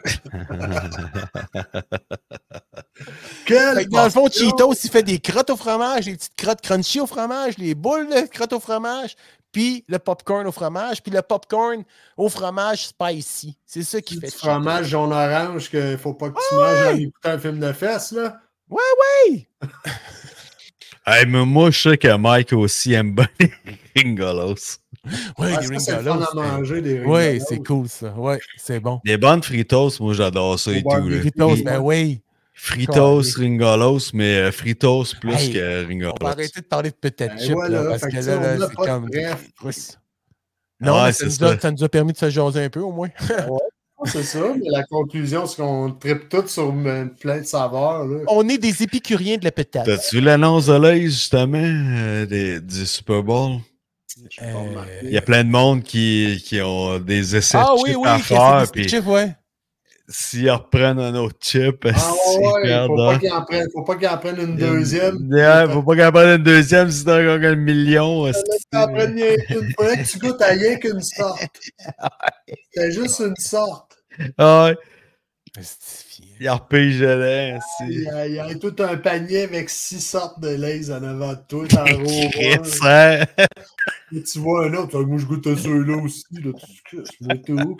Dans le fond, Cheetos, il fait des crottes au fromage, des petites crottes crunchy au fromage, les boules de crottes au fromage, puis le popcorn au fromage, puis le popcorn au fromage spicy. C'est ça qui fait du fromage jaune-orange qu'il faut pas que tu manges en écoutant un film de fesses, là. Ouais! Hey, mais moi, je sais que Mike aussi aime bien les Ringolos. Oui, les Ringolos. C'est le fun à manger, des Ringolos. Oui, c'est cool, ça. Oui, c'est bon. Les bonnes Fritos, moi, j'adore ça et tout. Les Fritos, ben oui. Fritos, Ringolos, mais Fritos plus que Ringolos. On va arrêter de parler de peut-être chips, là, parce que là, c'est comme... Non, mais ça nous a permis de se jaser un peu, au moins. C'est ça, mais la conclusion, c'est qu'on tripe tout sur plein de saveurs. Là. On est des épicuriens de la pétate. T'as-tu vu l'annonce de l'Ace, justement, du Super Bowl? Il y a plein de monde qui ont des essais de chips à faire. Puis s'ils reprennent un autre chip, faut pas qu'ils en prennent une deuxième. Faut pas qu'ils en prennent une deuxième, sinon ils gagnent 1 million. Il faudrait que tu goûtes à rien qu'une sorte. C'est juste une sorte. Ouais. Il a repayé gelé. Il y a tout un panier avec 6 sortes de lays en avant de toi. T'en ça. Et tu vois un autre. Moi, je goûte à ceux-là aussi. Là, tu moi, t'es où?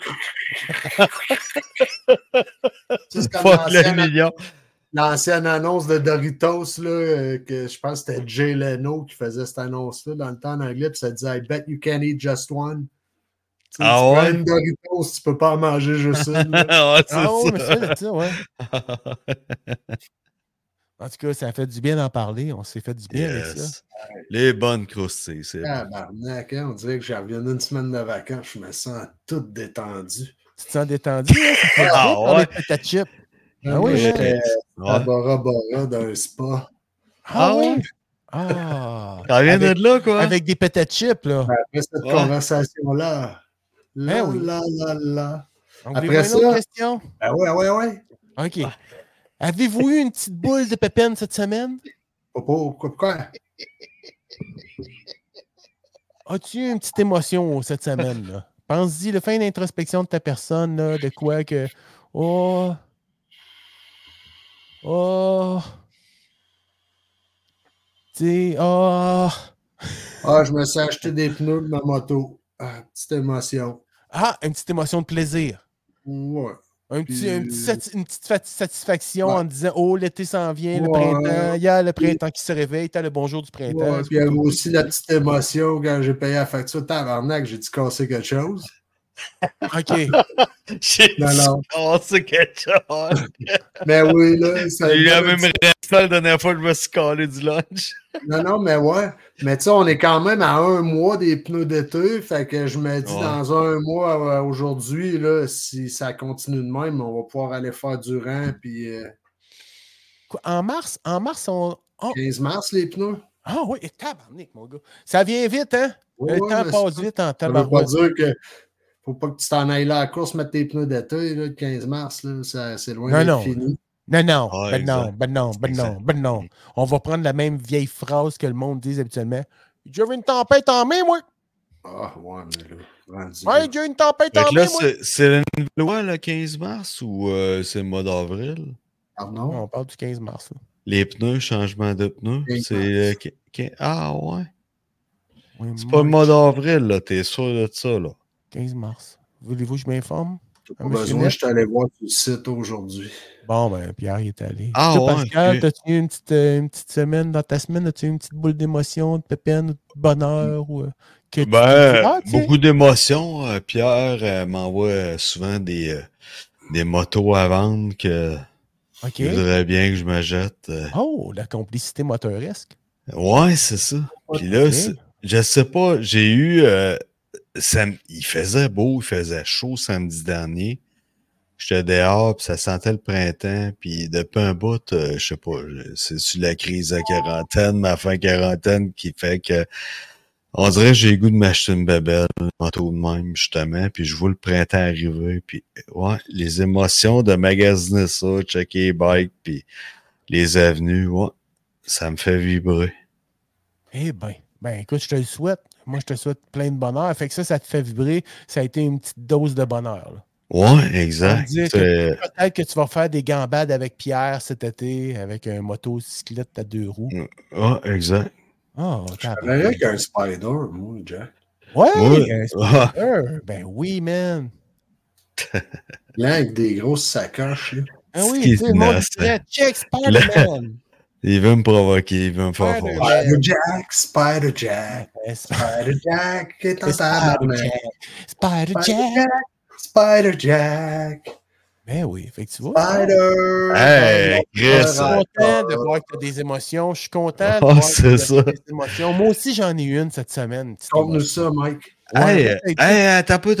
C'est comme l'ancienne annonce de Doritos, là, que je pense que c'était Jay Leno qui faisait cette annonce-là dans le temps en anglais. Puis ça disait I bet you can eat just one. Tu prends une Doritos, tu peux pas en manger juste une. Mais c'est ça, ouais. En tout cas, ça fait du bien d'en parler. On s'est fait du bien avec ça. Les bonnes croustilles, c'est bon. Barnac, hein? On dirait que j'ai revenu d'une semaine de vacances. Je me sens tout détendu. Tu te sens détendu? Hein? Ça fait bien les patates chips. Ah oui, j'étais à Bora Bora d'un spa. Ah oui? Ah! Ça vient de là, quoi. Avec des patates chips, là. Après cette conversation-là. Après ça. Une autre question? Ouais. OK. Avez-vous eu une petite boule de pépine cette semaine? Pourquoi? As-tu eu une petite émotion cette semaine, là? Pense-y, le fin d'introspection de ta personne, là, de quoi que... Je me suis acheté des pneus de ma moto. Petite émotion. Une petite émotion de plaisir. Ouais. Une petite satisfaction en disant l'été s'en vient, le printemps, il y a le printemps qui se réveille, t'as le bonjour du printemps. Puis il y avait aussi la petite émotion quand j'ai payé la facture. Tabarnak, j'ai-tu cassé quelque chose? OK. J'ai cassé quelque chose. Mais oui, là. Il a même resté la dernière fois que je me suis calé du lunch. Non, mais ouais. Mais tu sais, on est quand même à 1 mois des pneus d'été. Fait que je me dis, dans 1 mois aujourd'hui, là, si ça continue de même, on va pouvoir aller faire du rang. Puis, En mars, on. 15 mars, les pneus. Ah oui, tabarnak, mon gars. Ça vient vite, hein? Le temps passe vite en tabarnak. Ça veut pas dire que. Faut pas que tu t'en ailles là à la course, mettre tes pneus d'été, le 15 mars, là, c'est loin d'être fini. Non. On va prendre la même vieille phrase que le monde dit habituellement. J'avais une tempête en mai, moi. Ouais, mais là. J'ai une tempête en mai, moi. C'est la nouvelle loi, le 15 mars, ou c'est le mois d'avril? Pardon? On parle du 15 mars. Là. Les pneus, changement de pneus, c'est... ouais. Oui, c'est pas le mois d'avril, là. T'es sûr de ça, là? 15 mars. Voulez-vous que je m'informe? Pas besoin, je suis allé voir sur le site aujourd'hui. Bon, ben, Pierre il est allé. Pascal, t'as-tu eu une petite semaine dans ta semaine? As-tu eu une petite boule d'émotion, de pépine, de bonheur? Ou, beaucoup d'émotions. Pierre m'envoie souvent des motos à vendre que il voudrait bien que je me jette. La complicité motoresque. Ouais, c'est ça. Puis là, je sais pas, j'ai eu... il faisait beau, il faisait chaud samedi dernier. J'étais dehors, puis ça sentait le printemps. Puis depuis un bout, je sais pas, c'est sur la crise de quarantaine, ma fin quarantaine, qui fait que on dirait que j'ai le goût de m'acheter une bébelle, un manteau de même, justement. Puis je vois le printemps arriver. Puis les émotions de magasiner ça, checker les bikes, puis les avenues, ça me fait vibrer. Eh ben, écoute, je te le souhaite. Moi, je te souhaite plein de bonheur. Fait que ça te fait vibrer. Ça a été une petite dose de bonheur. Là. Ouais, exact. Peut-être que tu vas faire des gambades avec Pierre cet été, avec un motocyclette à 2 roues. Ouais, exact. Avec un Spider, moi, Jack. Ouais, un Spider. Ben oui, man. Là, avec des grosses sacoches. Ah oui, tu sais, le monde dirait check Spider-Man. Il veut me provoquer, il veut me faire fâcher. Spider-Jack, est en tabarnak. Spider-Jack. Ben oui, fait que tu vois. Spider! Hey, Chris! Je suis content de voir que tu as des émotions. Je suis content de voir que tu as des émotions. Moi aussi, j'en ai eu une cette semaine. Conte-nous ça, Mike. T'as peu.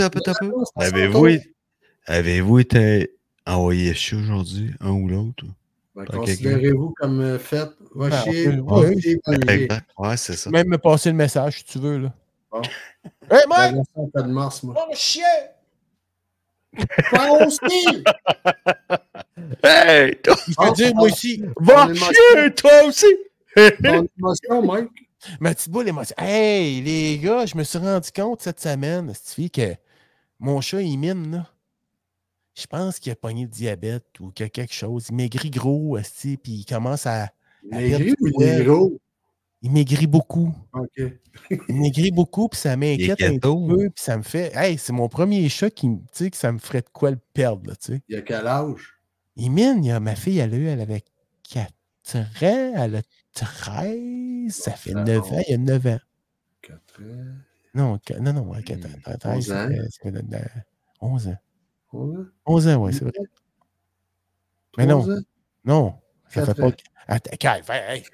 Avez-vous été envoyé chier aujourd'hui, un ou l'autre? Considérez-vous comme fait. Va chier. Ouais, c'est ça. Même me passer le message si tu veux. Là. Bon. Hey, Mike! De mars, moi. Va chier! Toi aussi! Hey! Je veux dire, moi aussi. Va chier, toi aussi! Ton émotion, Mike. Ma petite boule émotion. Hey, les gars, je me suis rendu compte cette semaine, que mon chat, il mine, là. Je pense qu'il a pogné le diabète ou qu'il y a quelque chose. Il maigrit gros, puis il commence à Maigri ou il poids. est gros? Il maigrit beaucoup. OK. Il maigrit beaucoup, puis ça m'inquiète un keto. peu, puis ça me fait... Hey, c'est mon premier chat qui, tu sais, que ça me ferait de quoi le perdre, là, tu sais. Il a quel âge? Ma fille, elle avait 4 ans, elle a 13, ça fait 9 ans, il y a 9 ans. 4 ans. Non, 4 ans. 11 ans. 11 ans. 11 ans? 11 ans, oui, c'est vrai. Mais non, 11 ans? non, ça fait pas... Attends, calme, hey.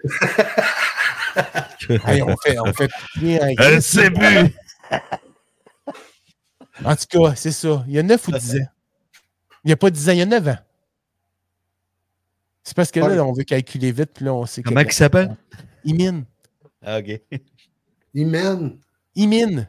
Hey, on fait bien un Elle sait plus! En tout cas, c'est ça. Il y a 9 ou 10 ans. Il n'y a pas 10 ans, il y a 9 ans. C'est parce que là, on veut calculer vite, puis là, on sait... Comment il s'appelle? Imine. Ah, OK. Imène. Imine.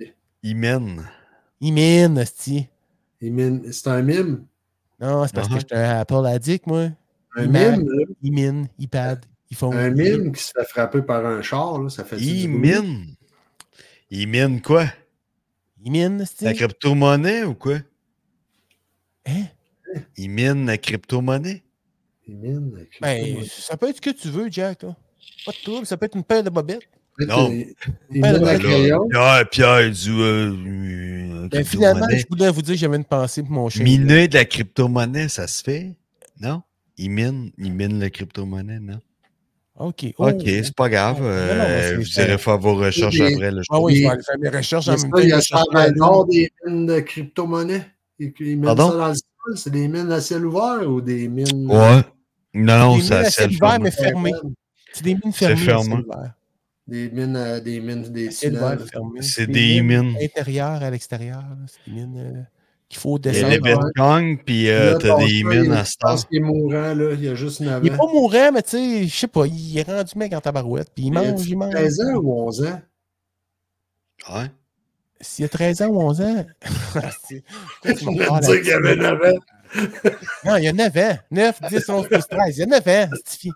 Imine, hostie. Imène. C'est un mime? Non, c'est parce que j'étais un Apple addict, moi. Un mime, là? Imine, iPad, iPhone. Un mime qui se fait frapper par un char, là, ça fait du bruit. Il mine quoi? Il mine, c'est la crypto-monnaie ou quoi? Hein? Il mine la crypto-monnaie? Il mine la crypto-monnaie. Ben, ça peut être ce que tu veux, Jack, là. Pas de trouble, ça peut être une paire de bobettes. Non. Il mine la crayon. Pierre du ben, finalement, je voulais vous dire que j'avais une pensée pour mon chien. Miner de la crypto-monnaie, ça se fait? Non? Il mine la crypto-monnaie, non? OK. OK, c'est pas grave. Vous irez faire vos recherches après. Ah oui, je vais aller faire mes recherches en même temps. Il y a ça dans des mines de crypto-monnaie. Ils mettent ça dans le sol. C'est des mines à ciel ouvert ou des mines... Ouais. Non, c'est à ciel ouvert, mais fermé. C'est des mines fermées. C'est fermé. Des mines, des tunnels. Fermées. C'est des mines. Intérieures à l'extérieur. C'est des mines qu'il faut Il y descendre. a les Bitcoin, puis t'as des mines à ce temps. Je pense qu'il est mourant, là. Il y a juste 9 ans. Il n'est pas mourant, mais tu sais, je sais pas, il est rendu mec en tabarouette, puis il mange. 13 ans ou 11 ans? Ouais. S'il y a 13 ans ou 11 ans... tu vas me dire qu'il y avait 9 ans. Non, il y a 9 ans. 9, 10, 11, 12, 13. Il y a 9 ans, Stifi.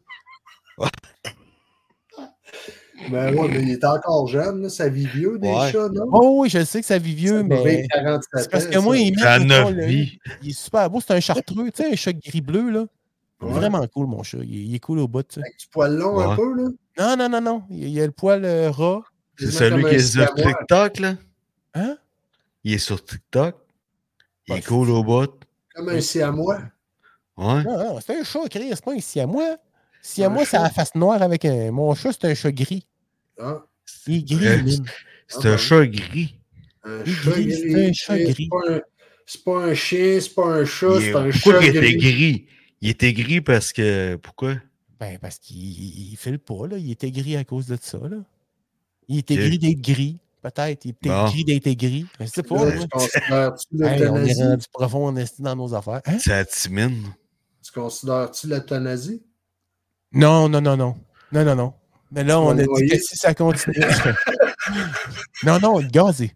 Ben ouais, mais il est encore jeune, là. Ça vit vieux, des chats, non? Oh oui, je sais que ça vit vieux, mais... C'est parce que moi, il est super beau. C'est un chartreux, tu sais, un chat gris-bleu, là. Ouais. Vraiment cool, mon chat. Il est cool au bout, tu sais. Avec du poil long un peu, là? Non. Il a le poil ras. C'est celui qui est sur TikTok, là? Hein? Il est sur TikTok. Il est cool au bout. Comme un siamois. Ouais. Non, c'est un chat, Chris. C'est pas un siamois. Siamois, c'est la face noire avec un... Mon chat, c'est un chat gris. Ah. Il est gris, c'est un chat gris. Un chat gris. C'est un chat gris. C'est pas un chien, c'est pas un chat, c'est un chat gris. Pourquoi il était gris? Il était gris parce que... Pourquoi? Ben, parce qu'il file pas, là. Il était gris à cause de ça, là. Il était gris d'être gris. Peut-être. Il était gris d'être gris. Je sais pas. On est rendu profond dans nos affaires. Hein? C'est la timide. Tu considères-tu l'euthanasie? Non. Mais là, on a dit que si ça continue... non, gazé.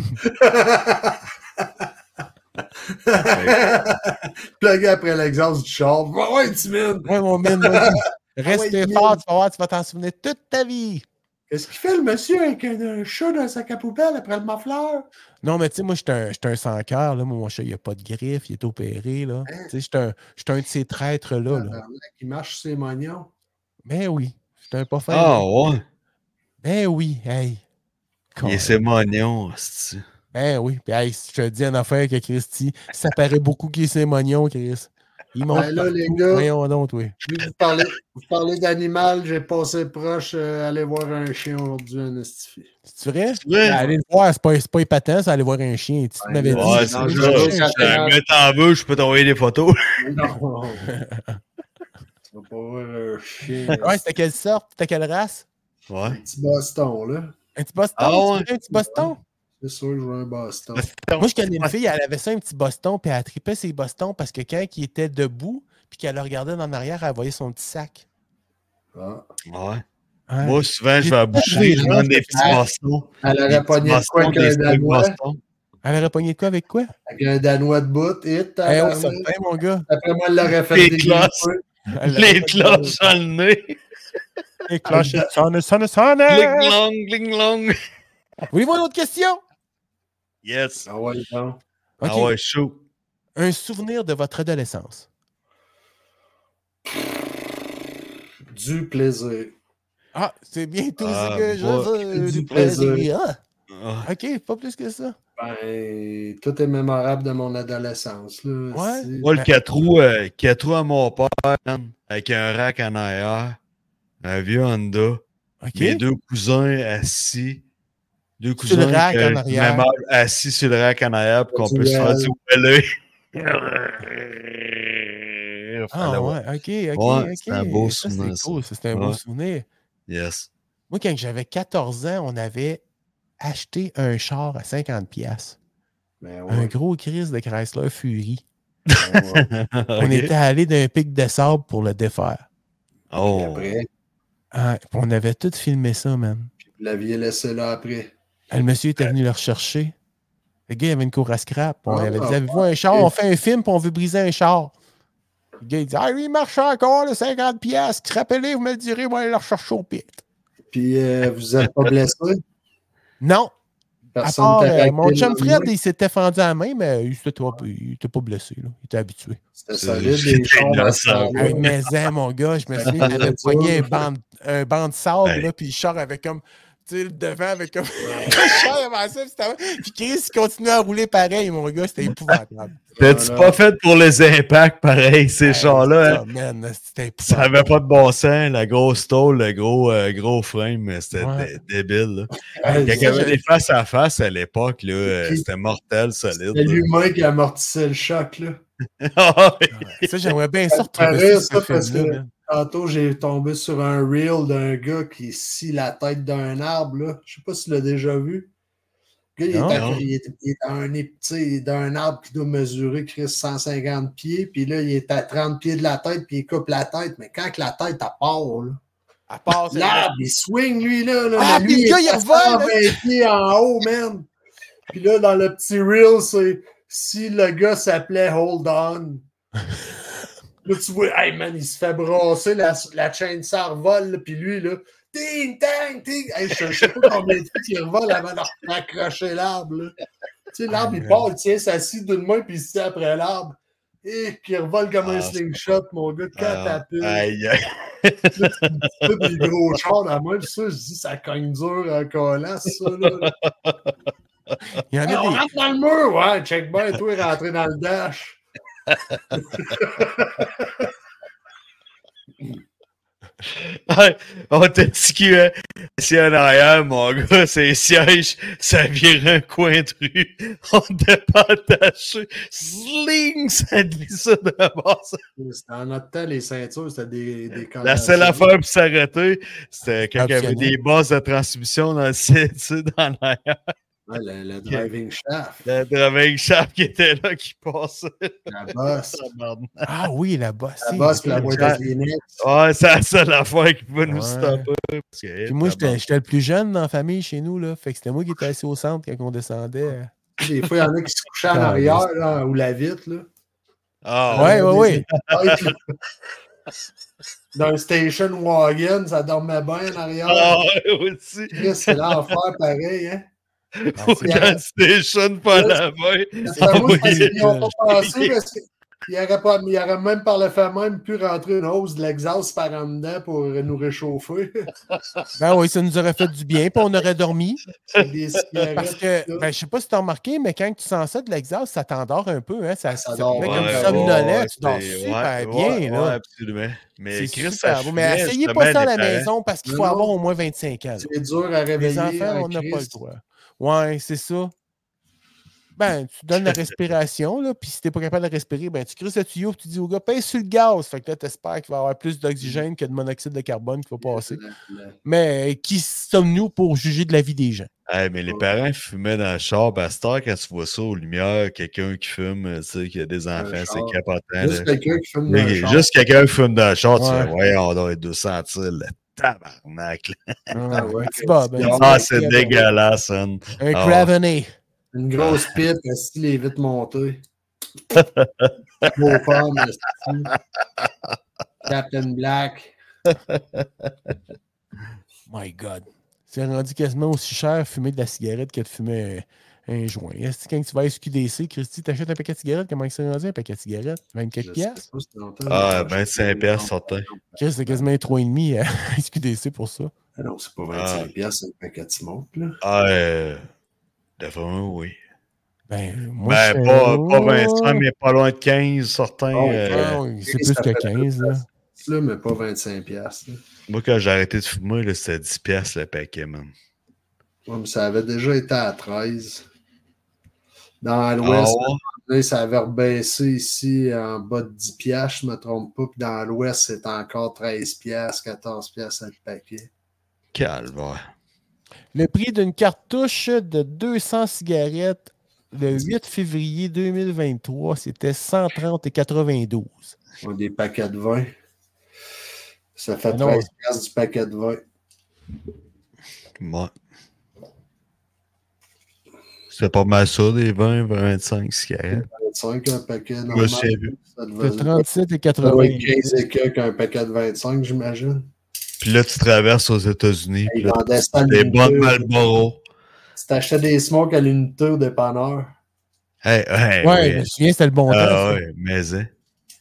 Plugué après l'exhaust du char. Ouais, timide. Ouais, mon mine. Reste fort, tu vas voir, tu vas t'en souvenir toute ta vie. Qu'est-ce qu'il fait, le monsieur, avec un chat dans sa poubelle après le mafleur? Non, mais tu sais, moi, je suis un sans-cœur. Mon chat, il n'a pas de griffe, il est opéré. Là. Hein? Tu sais, je suis un de ces traîtres-là. Il marche sur ses moignons. Ben oui. Je suis un pas fin. Ah, ouais. Ben oui. Hey. Il est ses moignons, c'est... Ben oui. Puis, hey, si je te dis une affaire que Christy, ça paraît beaucoup qu'il est ses moignons, Chris. Il monte là, les gars, voyons donc, oui. Vous parlez d'animal, j'ai passé proche aller voir un chien aujourd'hui, un estifié. C'est vrai? Ben, allez le voir, c'est pas épatant, ça, aller voir un chien. Tu m'avais dit. Ouais, c'est ça. Mais t'en veux, je peux t'envoyer des photos. Non. Tu vas pas voir un chien. Ouais, c'était quelle sorte? C'était quelle race? Ouais. Un petit Boston, là. Un petit Boston? Un petit Boston? C'est sûr que je veux un Boston. Moi, je connais une fille, elle avait ça, un petit Boston, puis elle tripait ses Bostons parce que quand il était debout, puis qu'elle le regardait en arrière, elle voyait son petit sac. Ah. Ouais. Moi, souvent, je vais à boucher, je demande des petits Bostons. Elle aurait pogné de quoi avec un Danois? Elle aurait pogné de quoi avec quoi? Avec un Danois de bout. Mon gars. Après moi, elle l'aurait fait des les cloches dans le nez. Les cloches, sonne. Gling long. Voulez-vous une autre question? Yes. Ah ouais, non. Ah ouais, chaud. Un souvenir de votre adolescence. Du plaisir. Ah, c'est bien tout ce que je veux. Du plaisir. OK, pas plus que ça. Ben, tout est mémorable de mon adolescence. Là, Ouais. Moi, le 4 roues à mon père, man, avec un rack en arrière, un vieux Honda, OK. mes deux cousins assis, deux Sur le cousins rack en arrière. même âge, assis sur le rack en arrière pour qu'on puisse faire du wheeler. Ah ouais, OK. Ouais, c'est un beau Ça, souvenir, c'est cool, ça. c'est un beau souvenir. Yes. Moi, quand j'avais 14 ans, on avait acheté un char à 50$. Ben Un ouais. gros Chris de Chrysler Fury. Ouais. On était allé d'un pic de sable pour le défaire. Puis Oh. après, Ah, puis on avait tout filmé ça, man. vous l'aviez laissé là après. Le monsieur était venu le rechercher. Le gars, il avait une cour à scrap. On Ah, avait dit, ouais. avez-vous un char? On fait un film, puis on veut briser un char. Le gars, il dit, ah oui, il marche encore, le 50$. Rappelez, vous me le direz, moi, aller le rechercher au pit. Puis vous n'êtes pas blessé? Non. Personne À part, t'a mon raqué chum le Fred, lendemain? il s'était fendu à la main, mais il était pas blessé. Là. Il était habitué. C'était solide, les chars dans ce temps-là. Avec mes ailes, mon gars, je me souviens, il avait pogné un banc de sable, là, puis le char avait comme, tu sais, le devant avec comme, le char avant ça, puis Chris, il continuait à rouler pareil, mon gars, c'était épouvantable. T'as-tu pas fait pour les impacts pareil, ces chars-là? Ça, man, c'était épouvantable. Ça avait pas de bon sens, la grosse tôle, le gros frame, c'était débile. Quand il y avait des face à face à l'époque, là, c'était mortel, solide. C'est l'humain qui amortissait le choc, là. Ça, j'aimerais bien ça retrouver ça, ce film-là. Tantôt, j'ai tombé sur un reel d'un gars qui scie la tête d'un arbre, là. Je sais pas si tu l'as déjà vu. Le gars, il est d'un arbre qui doit mesurer 150 pieds, puis là, il est à 30 pieds de la tête, puis il coupe la tête. Mais quand la tête, elle part, là, l'arbre, il swing, lui, là. Ah, mais puis lui, le gars, il il revole! 120 pieds en haut, man. Puis là, dans le petit reel, c'est si le gars s'appelait Hold On. Là, tu vois, hey, man, il se fait brasser, la chaîne ça revole, puis lui, là, ting, tang, ting. Hey, je sais pas combien de fois il revole avant d'accrocher l'arbre, là. Tu sais, l'arbre, il part, il tient sa scie d'une main, puis il se tient après l'arbre. Et puis il revole comme un slingshot, mon gars, de catapulte. Aïe, aïe. Tu des gros chars dans la main, ça, je dis, ça cogne dur en colasse, ça, là. Il y en a on rentre dans le mur, ouais, check bien, toi, rentrer dans le dash. On t'a dit que si en arrière, mon gars, c'est siège, ça vire un coin de rue. On n'était pas attaché. Sling, ça glissait de la base. C'était en notre temps, les ceintures, c'était des La seule affaire pour s'arrêter, c'était quand il y avait des bosses de transmission dans le site, dans l'arrière. Ouais, le driving shaft. Le driving shaft qui était là, qui passait. La bosse. Ah oui, la bosse. La bosse et la boîte à Kleenex. Ouais, c'est la seule affaire qui peut nous stopper. Puis moi, j'étais le plus jeune dans la famille chez nous, là. Fait que c'était moi qui étais assis au centre quand on descendait. Des fois, il y en a qui se couchaient en arrière, là, ou la vitre, là. Ah, ouais. Dans un station wagon, ça dormait bien en arrière. Ah, aussi. C'est l'enfer pareil, hein. Faut qu'elle station pas la main. Ils n'ont pas pensé parce qu'il aurait même par le fait même pu rentrer une hausse de l'exhaust par en dedans pour nous réchauffer. Ben oui, ça nous aurait fait du bien, puis on aurait dormi. Parce que, ben, je sais pas si tu as remarqué, mais quand tu sens ça de l'exhaust, ça t'endort un peu. Hein? Ça dort fait comme somnolent. Tu dors super bien. Oui, là. absolument. Mais c'est Chris, super beau. Mais essayez pas ça à la maison parce qu'il faut avoir au moins 25 ans. C'est dur à réveiller. Les enfants, on n'a pas le droit. Ouais, c'est ça. Ben, tu donnes la respiration, là, puis si t'es pas capable de respirer, ben, tu crisses le tuyau et tu dis au gars, pèse sur le gaz. Fait que là, t'espères qu'il va y avoir plus d'oxygène que de monoxyde de carbone qui va passer. Mais qui sommes-nous pour juger de la vie des gens? Hey, mais les parents fumaient dans le char. Bastard, quand tu vois ça aux lumières, quelqu'un qui fume, tu sais, qui a des enfants, c'est capotant. Juste quelqu'un qui fume dans le char. Juste quelqu'un qui fume dans le char, tu fais, ouais, on doit être 200 le tabarnak. C'est dégueulasse, hein. Un Craveney. Une grosse pite, si les vitres montées. Beau pomme, Captain Black. My God. C'est rendu quasiment aussi cher fumer de la cigarette que de fumer Un joint. Est-ce que quand tu vas à SQDC, Christy, t'achètes un paquet de cigarettes? Comment c'est rendu un paquet de cigarettes? 24 piastres? Ah, 25 piastres, certain. Chris, c'est quasiment 3,5 à SQDC pour ça. Ah non, c'est pas 25 piastres, c'est un paquet de smoke, là. Ah, d'après moi, oui. Ben, moi, Ben, pas 25, mais pas loin de 15, certain. C'est plus que 15, là. Là, mais pas 25 piastres. Là. Moi, quand j'ai arrêté de fumer, là, c'était 10 piastres le paquet, man. Ouais, mais ça avait déjà été à 13. Dans l'Ouest, ça avait rebaissé ici en bas de 10 piastres, je ne me trompe pas. Puis dans l'Ouest, c'est encore 13 piastres, 14 piastres le paquet. Calvaire. Le prix d'une cartouche de 200 cigarettes le 8 février 2023, c'était 130,92. Des paquets de vin. Ça fait 13 piastres du paquet de vin. Ouais. C'est pas mal ça, des 20, 25 cigarettes. 25, un paquet normal. De 37 et 80. Ça doit être 15 et quelques, un paquet de 25, j'imagine. Puis là, tu traverses aux États-Unis. Ils vendaient ça à des bonnes Marlboro. Tu t'achetais des smokes à l'unité au dépanneur. Ouais, je me souviens, c'était le bon temps. Ah ouais, mais hein.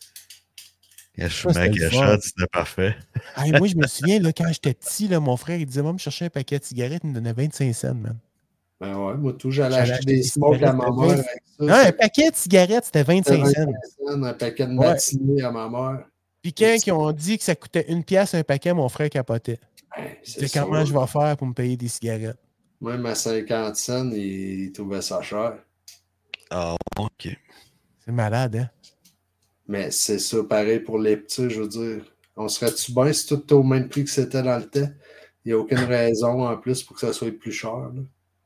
Je suis mec à chat, c'était parfait. Moi, je me souviens, là, quand j'étais petit, là, mon frère, il disait, moi, me chercher un paquet de cigarettes, il me donnait 25 cents, man. Ben ouais, moi, tout, j'allais acheter des smokes à ma mère avec ça. Non, un paquet de cigarettes, c'était 25 cents. Un paquet de matinée à ma mère. Puis quand ils ont dit que ça coûtait 1 piastre un paquet, mon frère capotait. C'est comment je vais faire pour me payer des cigarettes? Même à 50 cents, il trouvait ça cher. Ah, OK. C'est malade, hein? Mais c'est ça, pareil pour les petits, je veux dire. On serait-tu bien si tout était au même prix que c'était dans le temps? Il n'y a aucune raison en plus pour que ça soit plus cher. Là.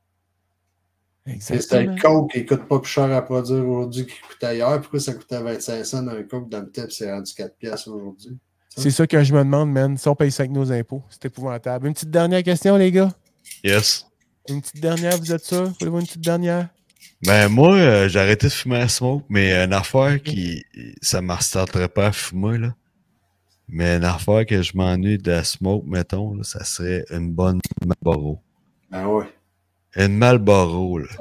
C'était le Coke qui ne coûte pas plus cher à produire aujourd'hui qu'il coûtait hier. Pourquoi ça coûtait 25 cents un Coke dans le temps et c'est rendu 4 piastres aujourd'hui? C'est ça que je me demande, man. Si on paye ça avec nos impôts, c'est épouvantable. Une petite dernière question, les gars? Yes. Une petite dernière, vous êtes sûr? Voulez-vous une petite dernière? Ben moi, j'ai arrêté de fumer à smoke, mais une affaire qui... Ça ne me restarterait pas à fumer, là. Mais une affaire que je m'ennuie de la smoke, mettons, là, ça serait une bonne Marlboro. Ah ouais. Une Marlboro, là.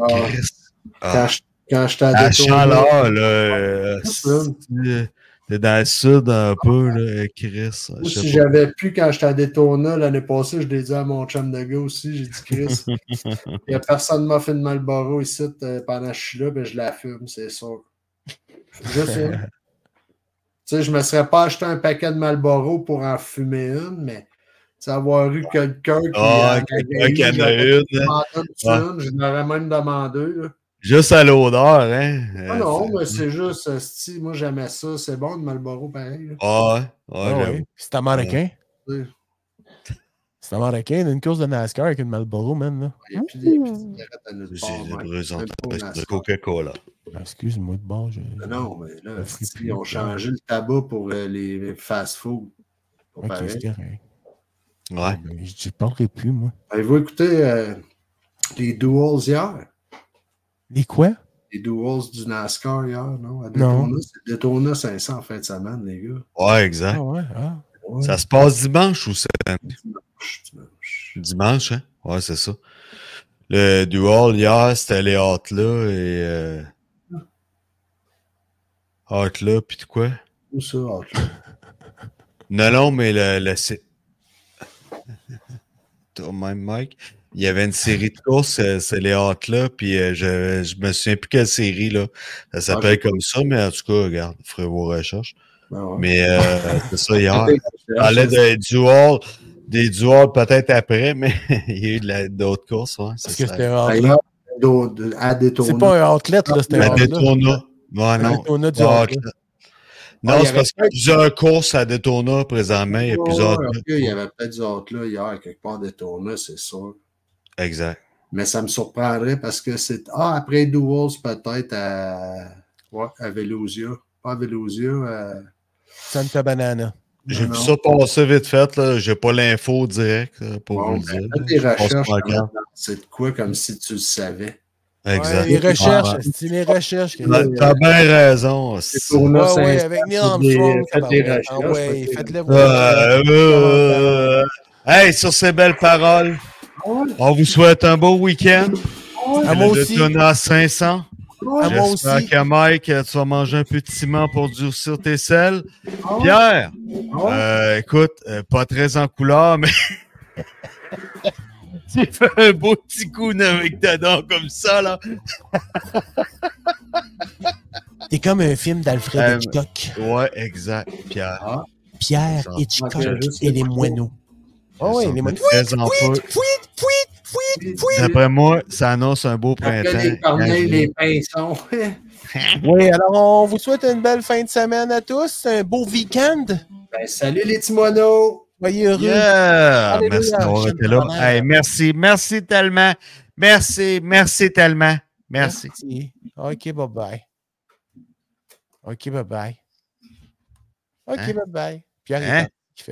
Quand j'étais à la Daytona, chaleur, là. T'es dans le sud un peu, là, Chris. Si j'avais pu, quand j'étais à Daytona l'année passée, je l'ai dit à mon chum de gars aussi, j'ai dit Chris, il n'y a personne qui m'a fait de Marlboro ici pendant que je suis là, ben je la fume, c'est sûr. Je fume. Tu sais, je ne me serais pas acheté un paquet de Marlboro pour en fumer une, mais avoir eu quelqu'un qui en a une, je l'aurais même demandé. Là. Juste à l'odeur, hein? Ah non, mais c'est juste, moi j'aimais ça. C'est bon, le Marlboro, pareil. Ouais. C'est américain. C'est américain, une course de NASCAR avec une Marlboro, man. Là. Il n'y a plus des cigarettes à notre part. C'est de Coca-Cola. Excuse-moi de bord. Non, mais là, ils ont changé le tabac pour les fast-food. Ok, c'est correct. Ouais. Je ne parlerai plus, moi. Avez-vous écouté les duels hier? Les quoi? Les duels du NASCAR hier, non? À Daytona, non. C'est Daytona 500 en fin de semaine, les gars. Ouais, exact. Ça se passe dimanche ou samedi? Dimanche, hein? Ouais, c'est ça. Le duel hier, c'était les hâtes-là et... hâtes-là, puis de quoi? Où ça, hâtes-là? Non, mais le même Mike, il y avait une série de courses, c'est les hâtes-là, puis je me souviens plus quelle série, là. Ça s'appelle comme ça, mais en tout cas, regarde, vous ferez vos recherches. Mais c'est ça, hier. On parlait des duels peut-être après, mais il y a eu d'autres courses, ouais. Parce que c'était un outlet. À Daytona. C'est pas un outlet, là, c'était un outlet. À Daytona. Ouais, non. Daytona du outlet. Non, c'est parce qu'il y a plusieurs courses à Daytona présentement. Il y a plusieurs. Il y avait peut-être du outlet hier, quelque part à Daytona, c'est sûr. Exact. Mais ça me surprendrait parce que c'est. Après Duels, peut-être à Velosia. Pas à Velosia. Santa Banana. J'ai vu ça passer vite fait. Là. J'ai pas l'info direct pour vous le dire. Faites des recherches. C'est de quoi comme si tu le savais. Exact. Ouais, les recherches, c'est les recherches. T'as bien raison. Ouais, avec Neil Armstrong. Faites des recherches. Ouais, faites-le. Hey, sur ces belles paroles, on vous souhaite un beau week-end. moi aussi. Le à 500. À moi aussi. J'espère que Mike, tu vas manger un peu de ciment pour durcir tes selles. Ah. Pierre, Ah. écoute, pas très en couleur, mais tu fais un beau petit coup avec ta dent comme ça, là. T'es comme un film d'Alfred Hitchcock. Ouais, exact, Pierre. Ah. Pierre Ça. Hitchcock juste et le les couteau. moineaux. Oh oui, les moineaux. Très en feu. Fouit. D'après moi, ça annonce un beau Après printemps. les corneilles, les pinçons. Oui, alors on vous souhaite une belle fin de semaine à tous, un beau week-end. Ben, salut les petits moineaux! Soyez heureux. Yeah! Alléluia. Merci d'avoir été là. J'aime Hey, merci tellement. Merci tellement. Merci. OK, bye-bye. OK, bye-bye. OK, Hein? bye-bye. Pierre, Hein?